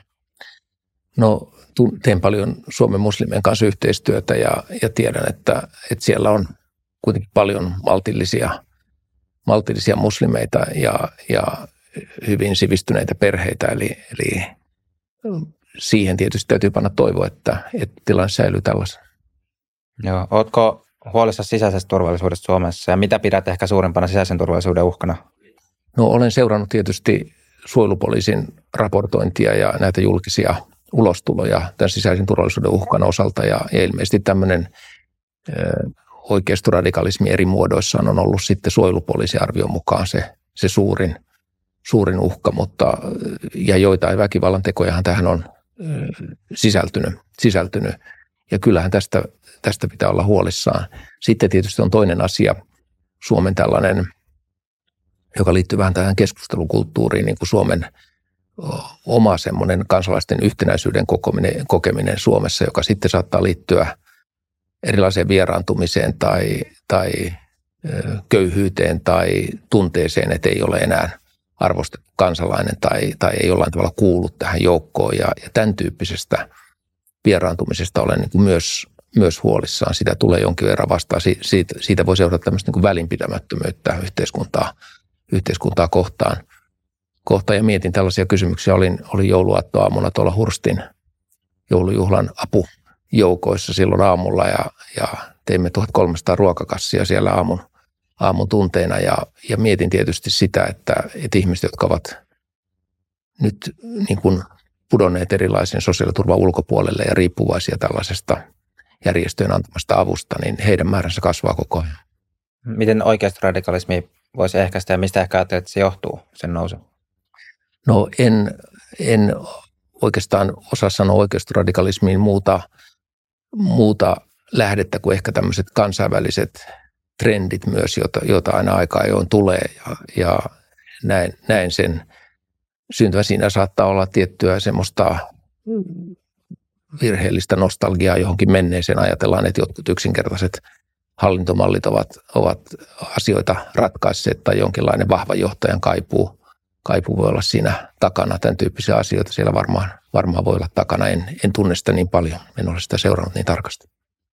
No, teen paljon Suomen muslimien kanssa yhteistyötä ja, ja tiedän, että, että siellä on kuitenkin paljon maltillisia, maltillisia muslimeita ja, ja hyvin sivistyneitä perheitä. Eli, eli siihen tietysti täytyy panna toivoa, että, että tilanne säilyy tällaisena. Joo. Oletko huolissasi sisäisestä turvallisuudesta Suomessa ja mitä pidät ehkä suurimpana sisäisen turvallisuuden uhkana? No, olen seurannut tietysti suojelupoliisin raportointia ja näitä julkisia ulostuloja tämän sisäisen turvallisuuden uhkan osalta ja, ja ilmeisesti tämmöinen ö, oikeistoradikalismi eri muodoissaan on ollut sitten suojelupoliisin arvion mukaan se, se suurin, suurin uhka, mutta ja joitain väkivallan tekojahan tähän on ö, sisältynyt, sisältynyt ja kyllähän tästä, tästä pitää olla huolissaan. Sitten tietysti on toinen asia, Suomen tällainen, joka liittyy vähän tähän keskustelukulttuuriin, niin kuin Suomen oma semmoinen kansalaisten yhtenäisyyden kokeminen, kokeminen Suomessa, joka sitten saattaa liittyä erilaiseen vieraantumiseen tai, tai köyhyyteen tai tunteeseen, että ei ole enää arvostettu kansalainen tai, tai ei jollain tavalla kuullut tähän joukkoon. Ja, ja tämän tyyppisestä vieraantumisesta olen niin kuin myös, myös huolissaan. Sitä tulee jonkin verran vastaan. Siitä, siitä voi seurata tämmöistä niin kuin välinpitämättömyyttä yhteiskuntaa, yhteiskuntaa kohtaan. Kohta ja mietin tällaisia kysymyksiä. Olin, olin jouluaattoaamuna tuolla Hurstin joulujuhlan apujoukoissa silloin aamulla ja, ja teimme tuhatkolmesataa ruokakassia siellä aamun, aamun tunteina ja, ja mietin tietysti sitä, että, että ihmiset, jotka ovat nyt niin kuin pudonneet erilaisen sosiaaliturvan ulkopuolelle ja riippuvaisia tällaisesta järjestöjen antamasta avusta, niin heidän määränsä kasvaa koko ajan. Miten oikeistoradikalismi voisi ehkäistä ja mistä ehkä ajattelet, että se johtuu, sen nousu? No en, en oikeastaan osaa sanoa oikeistoradikalismiin muuta, muuta lähdettä kuin ehkä tämmöiset kansainväliset trendit myös, joita, joita aina aika ajoin tulee ja, ja näin, näin sen syntyvä. Siinä saattaa olla tiettyä semmoista virheellistä nostalgiaa johonkin menneeseen. Ajatellaan, että jotkut yksinkertaiset hallintomallit ovat, ovat asioita ratkaisseet tai jonkinlainen vahva johtajan kaipuu. Kaipuu voi olla siinä takana, tämän tyyppisiä asioita siellä varmaan, varmaan voi olla takana. En, en tunne sitä niin paljon, en ole sitä seurannut niin tarkasti.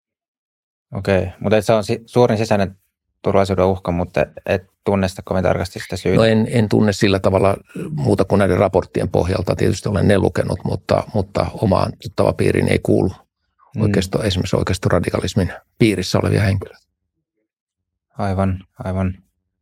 Okei, mutta se on suurin sisäinen turvallisuuden uhka, mutta et tunne sitä kovin tarkasti sitä syytä. No en, en tunne sillä tavalla muuta kuin näiden raporttien pohjalta. Tietysti olen ne lukenut, mutta, mutta omaan tuttava piiriin ei kuulu oikeisto, mm. esimerkiksi oikeistoradikalismin piirissä olevia henkilöitä. Aivan, aivan.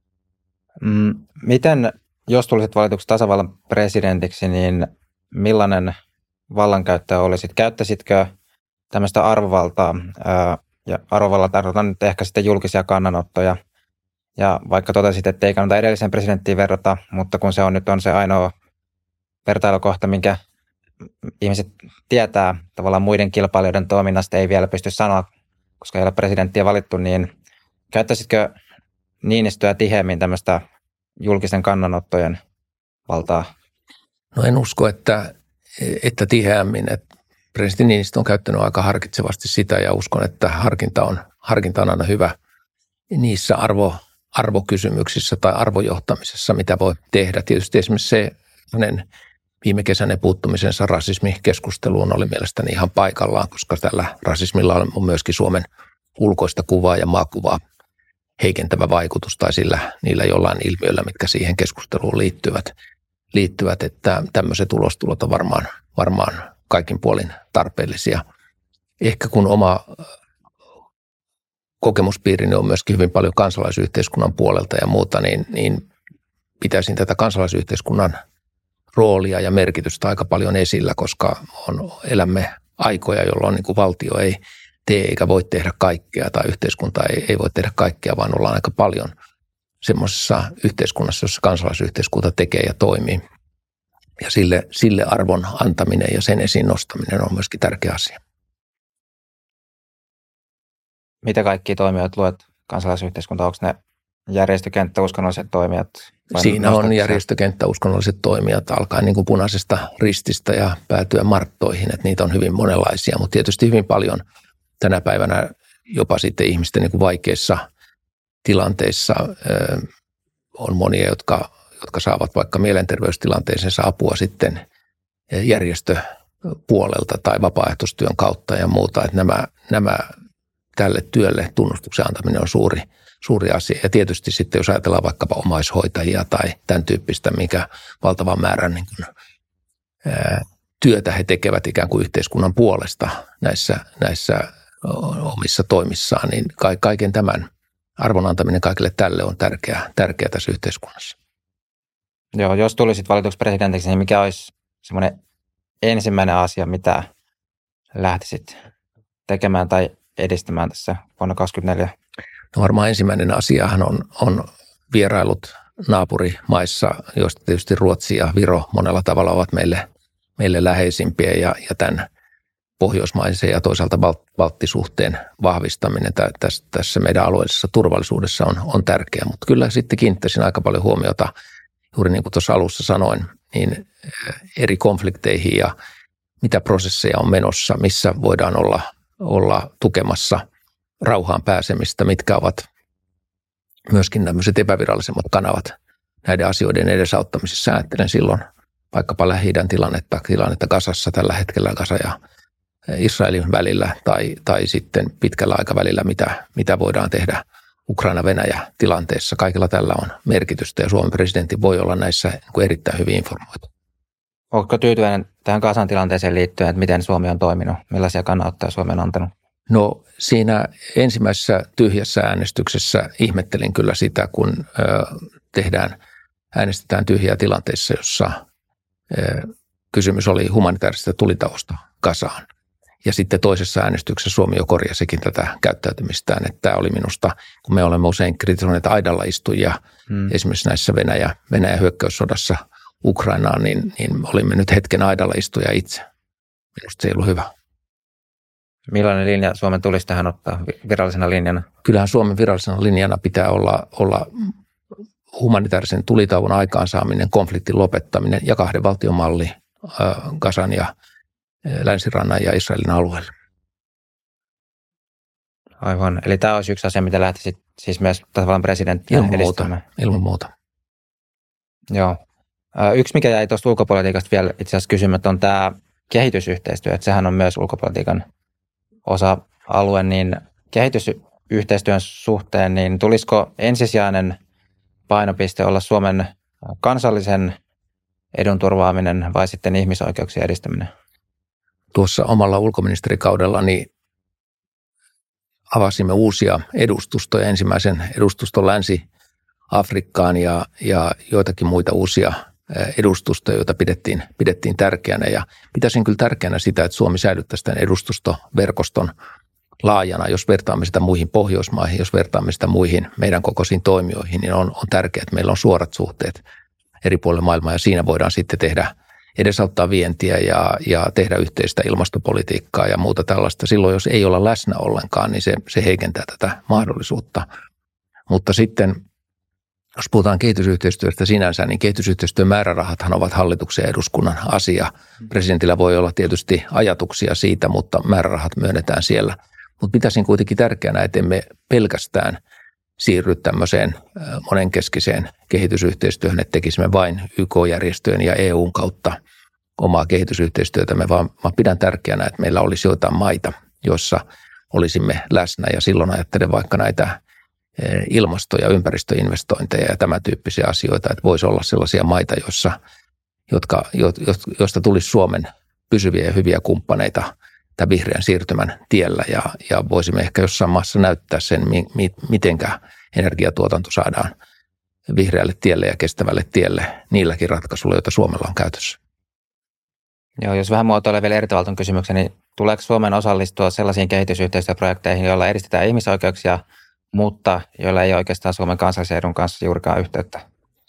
Mm, miten, jos tulisit valituksi tasavallan presidentiksi, niin millainen vallankäyttäjä olisit? Käyttäisitkö tämmöistä arvovaltaa, ää, ja arvovaltaa tarkoitan nyt ehkä sitten julkisia kannanottoja Ja vaikka totesit, että ei kannata edelliseen presidenttiin verrata, mutta kun se on nyt on se ainoa vertailukohta, minkä ihmiset tietää tavallaan muiden kilpailijoiden toiminnasta, ei vielä pysty sanoa, koska ei ole presidenttiä valittu, niin käyttäisitkö Niinistöä tiheämmin tämmöistä julkisen kannanottojen valtaa? No en usko, että, että tiheämmin. Että presidentti Niinistö on käyttänyt aika harkitsevasti sitä ja uskon, että harkinta on, harkinta on aina hyvä niissä arvo, arvokysymyksissä tai arvojohtamisessa, mitä voi tehdä. Tietysti esimerkiksi se hänen viime kesäinen puuttumisensa rasismikeskusteluun oli mielestäni ihan paikallaan, koska tällä rasismilla on myöskin Suomen ulkoista kuvaa ja maakuvaa heikentävä vaikutus tai sillä niillä jollain ilmiöillä, mitkä siihen keskusteluun liittyvät, liittyvät että tämmöiset ulostulot on varmaan, varmaan kaikin puolin tarpeellisia. Ehkä kun oma kokemuspiirini on myöskin hyvin paljon kansalaisyhteiskunnan puolelta ja muuta, niin, niin pitäisin tätä kansalaisyhteiskunnan roolia ja merkitystä aika paljon esillä, koska on, elämme aikoja, jolloin niin kuin valtio ei tee eikä voi tehdä kaikkea tai yhteiskunta ei, ei voi tehdä kaikkea, vaan ollaan aika paljon semmoisessa yhteiskunnassa, jossa kansalaisyhteiskunta tekee ja toimii. Ja sille, sille arvon antaminen ja sen esiin nostaminen on myöskin tärkeä asia. Mitä kaikki toimijat luet kansalaisyhteiskunta? Onko ne järjestökenttä, uskonnolliset toimijat? Siinä on järjestökenttä, uskonnolliset toimijat, alkaen niin kuin Punaisesta Rististä ja päätyä Marttoihin, että niitä on hyvin monenlaisia, mutta tietysti hyvin paljon tänä päivänä jopa sitten ihmisten niin kuin vaikeissa tilanteissa on monia, jotka, jotka saavat vaikka mielenterveystilanteeseensa apua sitten järjestöpuolelta tai vapaaehtoistyön kautta ja muuta, että nämä, nämä tälle työlle tunnustuksen antaminen on suuri, suuri asia. Ja tietysti sitten, jos ajatellaan vaikkapa omaishoitajia tai tämän tyyppistä, mikä valtavan määrän niin kuin, ää, työtä he tekevät ikään kuin yhteiskunnan puolesta näissä, näissä omissa toimissaan, niin kaiken tämän arvon antaminen kaikille tälle on tärkeää, tärkeää tässä yhteiskunnassa. Joo, jos tulisit valituksi presidentiksi, niin mikä olisi semmoinen ensimmäinen asia, mitä lähtisit tekemään tai edistämään tässä vuonna kaksikymmentäneljä? No varmaan ensimmäinen asiahan on, on vierailut naapurimaissa, joista tietysti Ruotsi ja Viro monella tavalla ovat meille, meille läheisimpiä ja, ja tämän pohjoismaisen ja toisaalta balttisuhteen vahvistaminen tässä, tässä meidän alueellisessa turvallisuudessa on, on tärkeää. Mutta kyllä sitten kiinnittäisin aika paljon huomiota, juuri niin kuin tuossa alussa sanoin, niin eri konflikteihin ja mitä prosesseja on menossa, missä voidaan olla, olla tukemassa rauhaan pääsemistä, mitkä ovat myöskin tämmöiset epävirallisemmat kanavat näiden asioiden edesauttamisessa. Ajattelen silloin vaikkapa Lähi-idän tilannetta, tilannetta Gazassa tällä hetkellä, Gaza ja Israelin välillä tai, tai sitten pitkällä aikavälillä, mitä, mitä voidaan tehdä Ukraina-Venäjä-tilanteessa. Kaikilla tällä on merkitystä ja Suomen presidentti voi olla näissä niin erittäin hyvin informoitu. Oletko tyytyväinen tähän Gazan tilanteeseen liittyen, että miten Suomi on toiminut? Millaisia kannanottoja Suomi on antanut? No siinä ensimmäisessä tyhjässä äänestyksessä ihmettelin kyllä sitä, kun ö, tehdään, äänestetään tyhjää tilanteessa, jossa ö, kysymys oli humanitaarisesta tulitauosta Gazaan. Ja sitten toisessa äänestyksessä Suomi jo korjasikin tätä käyttäytymistään, että tämä oli minusta, kun me olemme usein kritisoineet aidalla istujia, hmm. esimerkiksi näissä Venäjä, Venäjän hyökkäyssodassa Ukrainaan, niin, niin olimme nyt hetken aidalla istuja itse. Minusta se ei ollut hyvä. Millainen linja Suomen tulisi tähän ottaa virallisena linjana? Kyllähän Suomen virallisena linjana pitää olla, olla humanitaarisen tulitauon aikaansaaminen, konfliktin lopettaminen ja kahden valtion malli äh, Gazan ja Länsirannan ja Israelin alueella. Aivan. Eli tämä olisi yksi asia, mitä lähtisit siis myös tasavallan presidenttiä ilman edistämään. Muuta, ilman muuta. Joo. Yksi, mikä jäi tuosta ulkopolitiikasta vielä itse asiassa kysymättä, on tämä kehitysyhteistyö. Että sehän on myös ulkopolitiikan osa-alue, niin kehitysyhteistyön suhteen, niin tulisiko ensisijainen painopiste olla Suomen kansallisen edun turvaaminen vai sitten ihmisoikeuksien edistäminen? Tuossa omalla ulkoministerikaudellani avasimme uusia edustustoja, ensimmäisen edustuston Länsi-Afrikkaan ja, ja joitakin muita uusia edustustoja, joita pidettiin, pidettiin tärkeänä. Ja pitäisin kyllä tärkeänä sitä, että Suomi säilyttäisi tämän edustustoverkoston laajana, jos vertaamme sitä muihin Pohjoismaihin, jos vertaamme sitä muihin meidän kokoisiin toimijoihin, niin on, on tärkeää, että meillä on suorat suhteet eri puolilla maailmaa ja siinä voidaan sitten tehdä, edesauttaa vientiä ja, ja tehdä yhteistä ilmastopolitiikkaa ja muuta tällaista. Silloin, jos ei olla läsnä ollenkaan, niin se, se heikentää tätä mahdollisuutta. Mutta sitten, jos puhutaan kehitysyhteistyöstä sinänsä, niin kehitysyhteistyön määrärahathan ovat hallituksen ja eduskunnan asia. Presidentillä voi olla tietysti ajatuksia siitä, mutta määrärahat myönnetään siellä. Mutta pitäisin kuitenkin tärkeänä, että emme pelkästään siirry tämmöiseen monenkeskiseen kehitysyhteistyöhön, että tekisimme vain Y K-järjestöjen ja E U:n kautta omaa kehitysyhteistyötämme, vaan mä pidän tärkeänä, että meillä olisi joitain maita, joissa olisimme läsnä ja silloin ajattelen vaikka näitä ilmasto- ja ympäristöinvestointeja ja tämän tyyppisiä asioita, että voisi olla sellaisia maita, joissa, jotka, jo, joista tulisi Suomen pysyviä ja hyviä kumppaneita tämän vihreän siirtymän tiellä ja, ja voisimme ehkä jossain maassa näyttää sen, mi, mi, mitenkä energiatuotanto saadaan vihreälle tielle ja kestävälle tielle niilläkin ratkaisuilla, joita Suomella on käytössä. Joo, jos vähän muotoilee vielä eri tavalla kysymyksen, niin tuleeko Suomen osallistua sellaisiin kehitysyhteistyöprojekteihin, joilla edistetään ihmisoikeuksia, mutta joilla ei oikeastaan Suomen kansallisen edun kanssa juurikaan yhteyttä?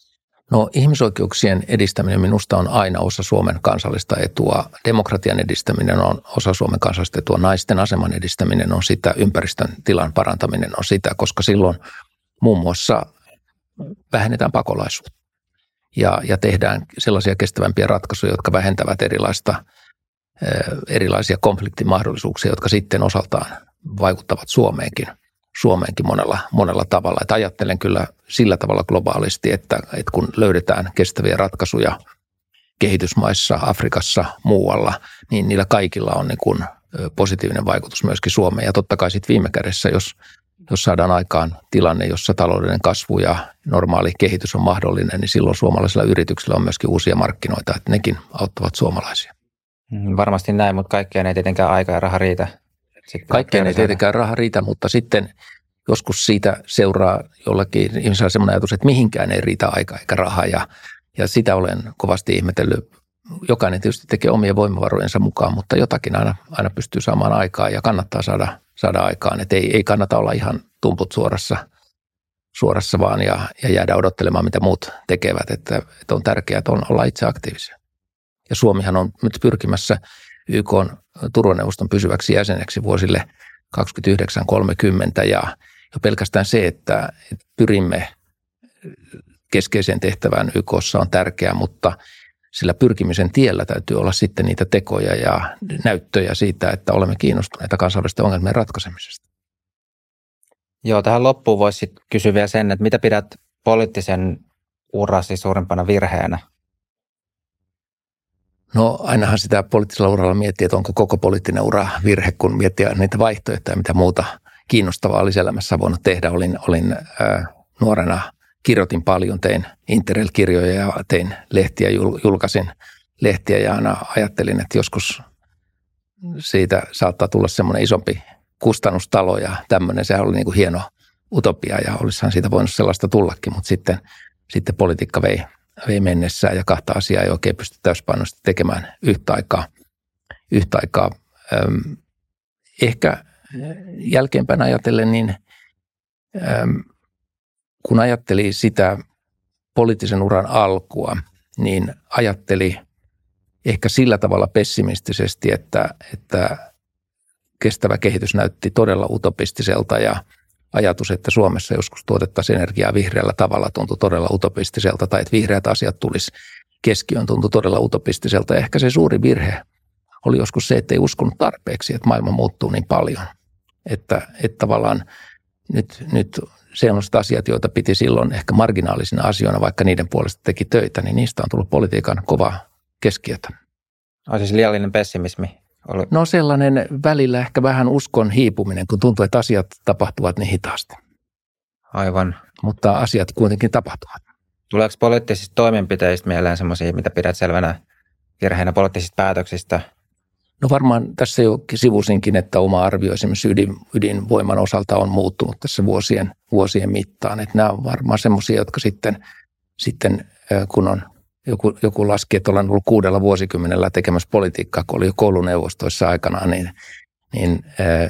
No ihmisoikeuksien edistäminen minusta on aina osa Suomen kansallista etua. Demokratian edistäminen on osa Suomen kansallista etua. Naisten aseman edistäminen on sitä, ympäristön tilan parantaminen on sitä, koska silloin muun muassa vähennetään pakolaisuutta ja, ja tehdään sellaisia kestävämpiä ratkaisuja, jotka vähentävät erilaista, erilaisia konfliktimahdollisuuksia, jotka sitten osaltaan vaikuttavat Suomeenkin. Suomeenkin monella, monella tavalla. Että ajattelen kyllä sillä tavalla globaalisti, että, että kun löydetään kestäviä ratkaisuja kehitysmaissa, Afrikassa, muualla, niin niillä kaikilla on niin kuin positiivinen vaikutus myöskin Suomeen. Ja totta kai sitten viime kädessä, jos, jos saadaan aikaan tilanne, jossa taloudellinen kasvu ja normaali kehitys on mahdollinen, niin silloin suomalaisilla yrityksillä on myöskin uusia markkinoita, että nekin auttavat suomalaisia. Varmasti näin, mutta kaikkeen ei tietenkään aika ja raha riitä. Kaikkeen ei tietenkään raha riitä, mutta sitten joskus siitä seuraa jollakin ihmisellä sellainen ajatus, että mihinkään ei riitä aika eikä raha ja, ja sitä olen kovasti ihmetellyt. Jokainen tietysti tekee omien voimavarojensa mukaan, mutta jotakin aina, aina pystyy saamaan aikaa ja kannattaa saada, saada aikaan. Että ei, ei kannata olla ihan tumput suorassa, suorassa vaan ja, ja jäädä odottelemaan, mitä muut tekevät. Että, että on tärkeää, että on olla itse aktiivisia. Ja Suomihan on nyt pyrkimässä Y K:n turvaneuvoston pysyväksi jäseneksi vuosille kaksikymmentäyhdeksän kolmekymmentä ja jo pelkästään se, että pyrimme keskeiseen tehtävään Y K:ssa on tärkeää, mutta sillä pyrkimisen tiellä täytyy olla sitten niitä tekoja ja näyttöjä siitä, että olemme kiinnostuneita kansainvälisten ongelmien ratkaisemisesta. Joo, tähän loppuun voisi kysyä vielä sen, että mitä pidät poliittisen urasi suurimpana virheenä? No ainahan sitä poliittisella uralla miettii, että onko koko poliittinen ura virhe, kun miettii niitä vaihtoehtoja, mitä muuta kiinnostavaa olisi elämässä voinut tehdä. Olin, olin äh, nuorena, kirjoitin paljon, tein Interrail-kirjoja ja tein lehtiä, julkaisin lehtiä ja aina ajattelin, että joskus siitä saattaa tulla semmoinen isompi kustannustalo ja tämmöinen. Sehän oli niin kuin hieno utopia ja olisihan siitä voinut sellaista tullakin, mutta sitten, sitten politiikka vei. vei mennessään ja kahta asiaa ei oikein pysty täyspainoisesti tekemään yhtä aikaa. Yhtä aikaa. Öm, ehkä jälkeenpäin ajatellen, niin öm, kun ajatteli sitä poliittisen uran alkua, niin ajatteli ehkä sillä tavalla pessimistisesti, että, että kestävä kehitys näytti todella utopistiselta ja ajatus, että Suomessa joskus tuotettaisiin energiaa vihreällä tavalla tuntui todella utopistiselta tai että vihreät asiat tulisi keskiöön tuntui todella utopistiselta. Ja ehkä se suuri virhe oli joskus se, että ei uskonut tarpeeksi, että maailma muuttuu niin paljon. Että, että tavallaan nyt, nyt sellaiset asiat, joita piti silloin ehkä marginaalisina asioina, vaikka niiden puolesta teki töitä, niin niistä on tullut politiikan kova keskiötä. On siis liiallinen pessimismi. Oli. No sellainen välillä ehkä vähän uskon hiipuminen, kun tuntuu, että asiat tapahtuvat niin hitaasti. Aivan. Mutta asiat kuitenkin tapahtuvat. Tuleeko poliittisista toimenpiteistä mieleen semmoisia, mitä pidät selvänä virheinä poliittisista päätöksistä? No varmaan tässä jo sivusinkin, että oma arvio esimerkiksi ydin, ydinvoiman osalta on muuttunut tässä vuosien, vuosien mittaan. Että nämä on varmaan semmoisia, jotka sitten, sitten kun on joku, joku laski, että ollaan ollut kuudella vuosikymmenellä tekemässä politiikkaa, kun oli jo kouluneuvostoissa aikanaan, niin, niin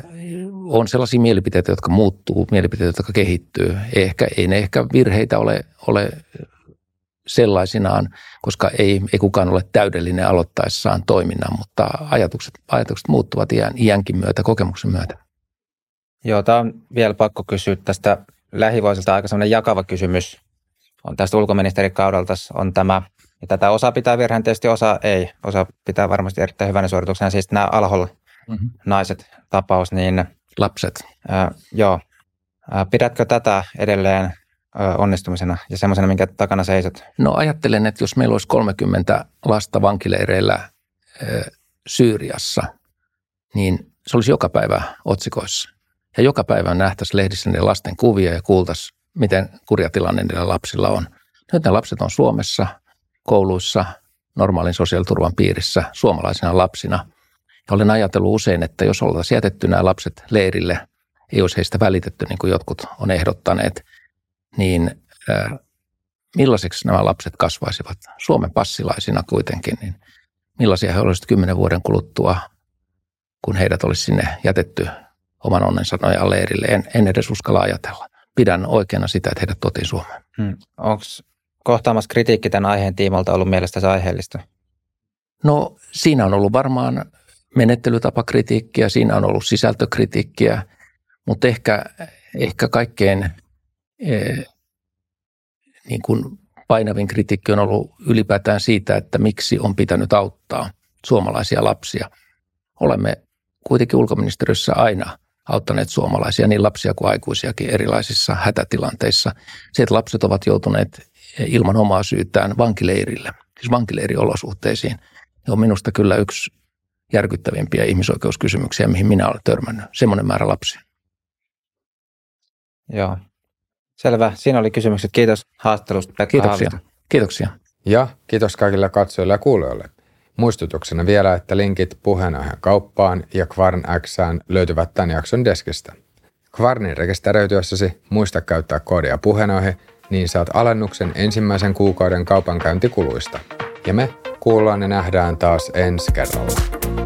on sellaisia mielipiteitä, jotka muuttuu, mielipiteitä, jotka kehittyy. Ei, ehkä, ei ne ehkä virheitä ole, ole sellaisinaan, koska ei, ei kukaan ole täydellinen aloittaessaan toiminnan, mutta ajatukset, ajatukset muuttuvat iän, iänkin myötä, kokemuksen myötä. Joo, tämä on vielä pakko kysyä tästä lähivuosilta aika sellainen jakava kysymys. On tästä ulkoministerikaudelta on tämä, ja tätä osa pitää virheen, tietysti osa ei. Osa pitää varmasti erittäin hyvänä suorituksena. Siis nämä Al-Hol mm-hmm. naiset tapaus, niin lapset. Äh, joo. Äh, pidätkö tätä edelleen äh, onnistumisena ja semmoisena, minkä takana seisot? No ajattelen, että jos meillä olisi kolmekymmentä lasta vankileireillä äh, Syyriassa, niin se olisi joka päivä otsikoissa. Ja joka päivä nähtäisiin lehdissä niiden lasten kuvia ja kuultaisiin, miten kurja tilanne niillä lapsilla on. Nyt ne lapset on Suomessa, kouluissa, normaalin sosiaaliturvan piirissä, suomalaisina lapsina. Ja olen ajatellut usein, että jos oltaisiin jätetty nämä lapset leirille, ei olisi heistä välitetty, niin kuin jotkut on ehdottaneet, niin äh, millaiseksi nämä lapset kasvaisivat Suomen passilaisina kuitenkin, niin millaisia he olisivat kymmenen vuoden kuluttua, kun heidät olisi sinne jätetty oman onnensa nojaan leirille. En, en edes uskalla ajatella. Pidän oikeana sitä, että heidät tuotiin Suomeen. Hmm. Onko kohtaamassa kritiikki tämän aiheen tiimolta ollut mielestäsi aiheellista? No siinä on ollut varmaan menettelytapakritiikkiä, siinä on ollut sisältökritiikkiä, mutta ehkä, ehkä kaikkein eh, niin kuin painavin kritiikki on ollut ylipäätään siitä, että miksi on pitänyt auttaa suomalaisia lapsia. Olemme kuitenkin ulkoministeriössä aina auttaneet suomalaisia, niin lapsia kuin aikuisiakin erilaisissa hätätilanteissa. Se, että lapset ovat joutuneet ilman omaa syytään vankileirille, siis vankileiriolosuhteisiin, on minusta kyllä yksi järkyttävimpiä ihmisoikeuskysymyksiä, mihin minä olen törmännyt. Semmoinen määrä lapsia. Joo, selvä. Siinä oli kysymykset. Kiitos haastattelusta, Pekka Kiitoksia. Haavisto. Kiitoksia. Ja kiitos kaikille katsojille ja kuulijoille. Muistutuksena vielä, että linkit Puheenaiheen kauppaan ja Kvarn Xään löytyvät tämän jakson deskistä. Kvarnin rekisteröityessäsi muista käyttää koodia Puheenaihe, niin saat alennuksen ensimmäisen kuukauden kaupankäyntikuluista. Ja me kuullaan ja nähdään taas ensi kerralla.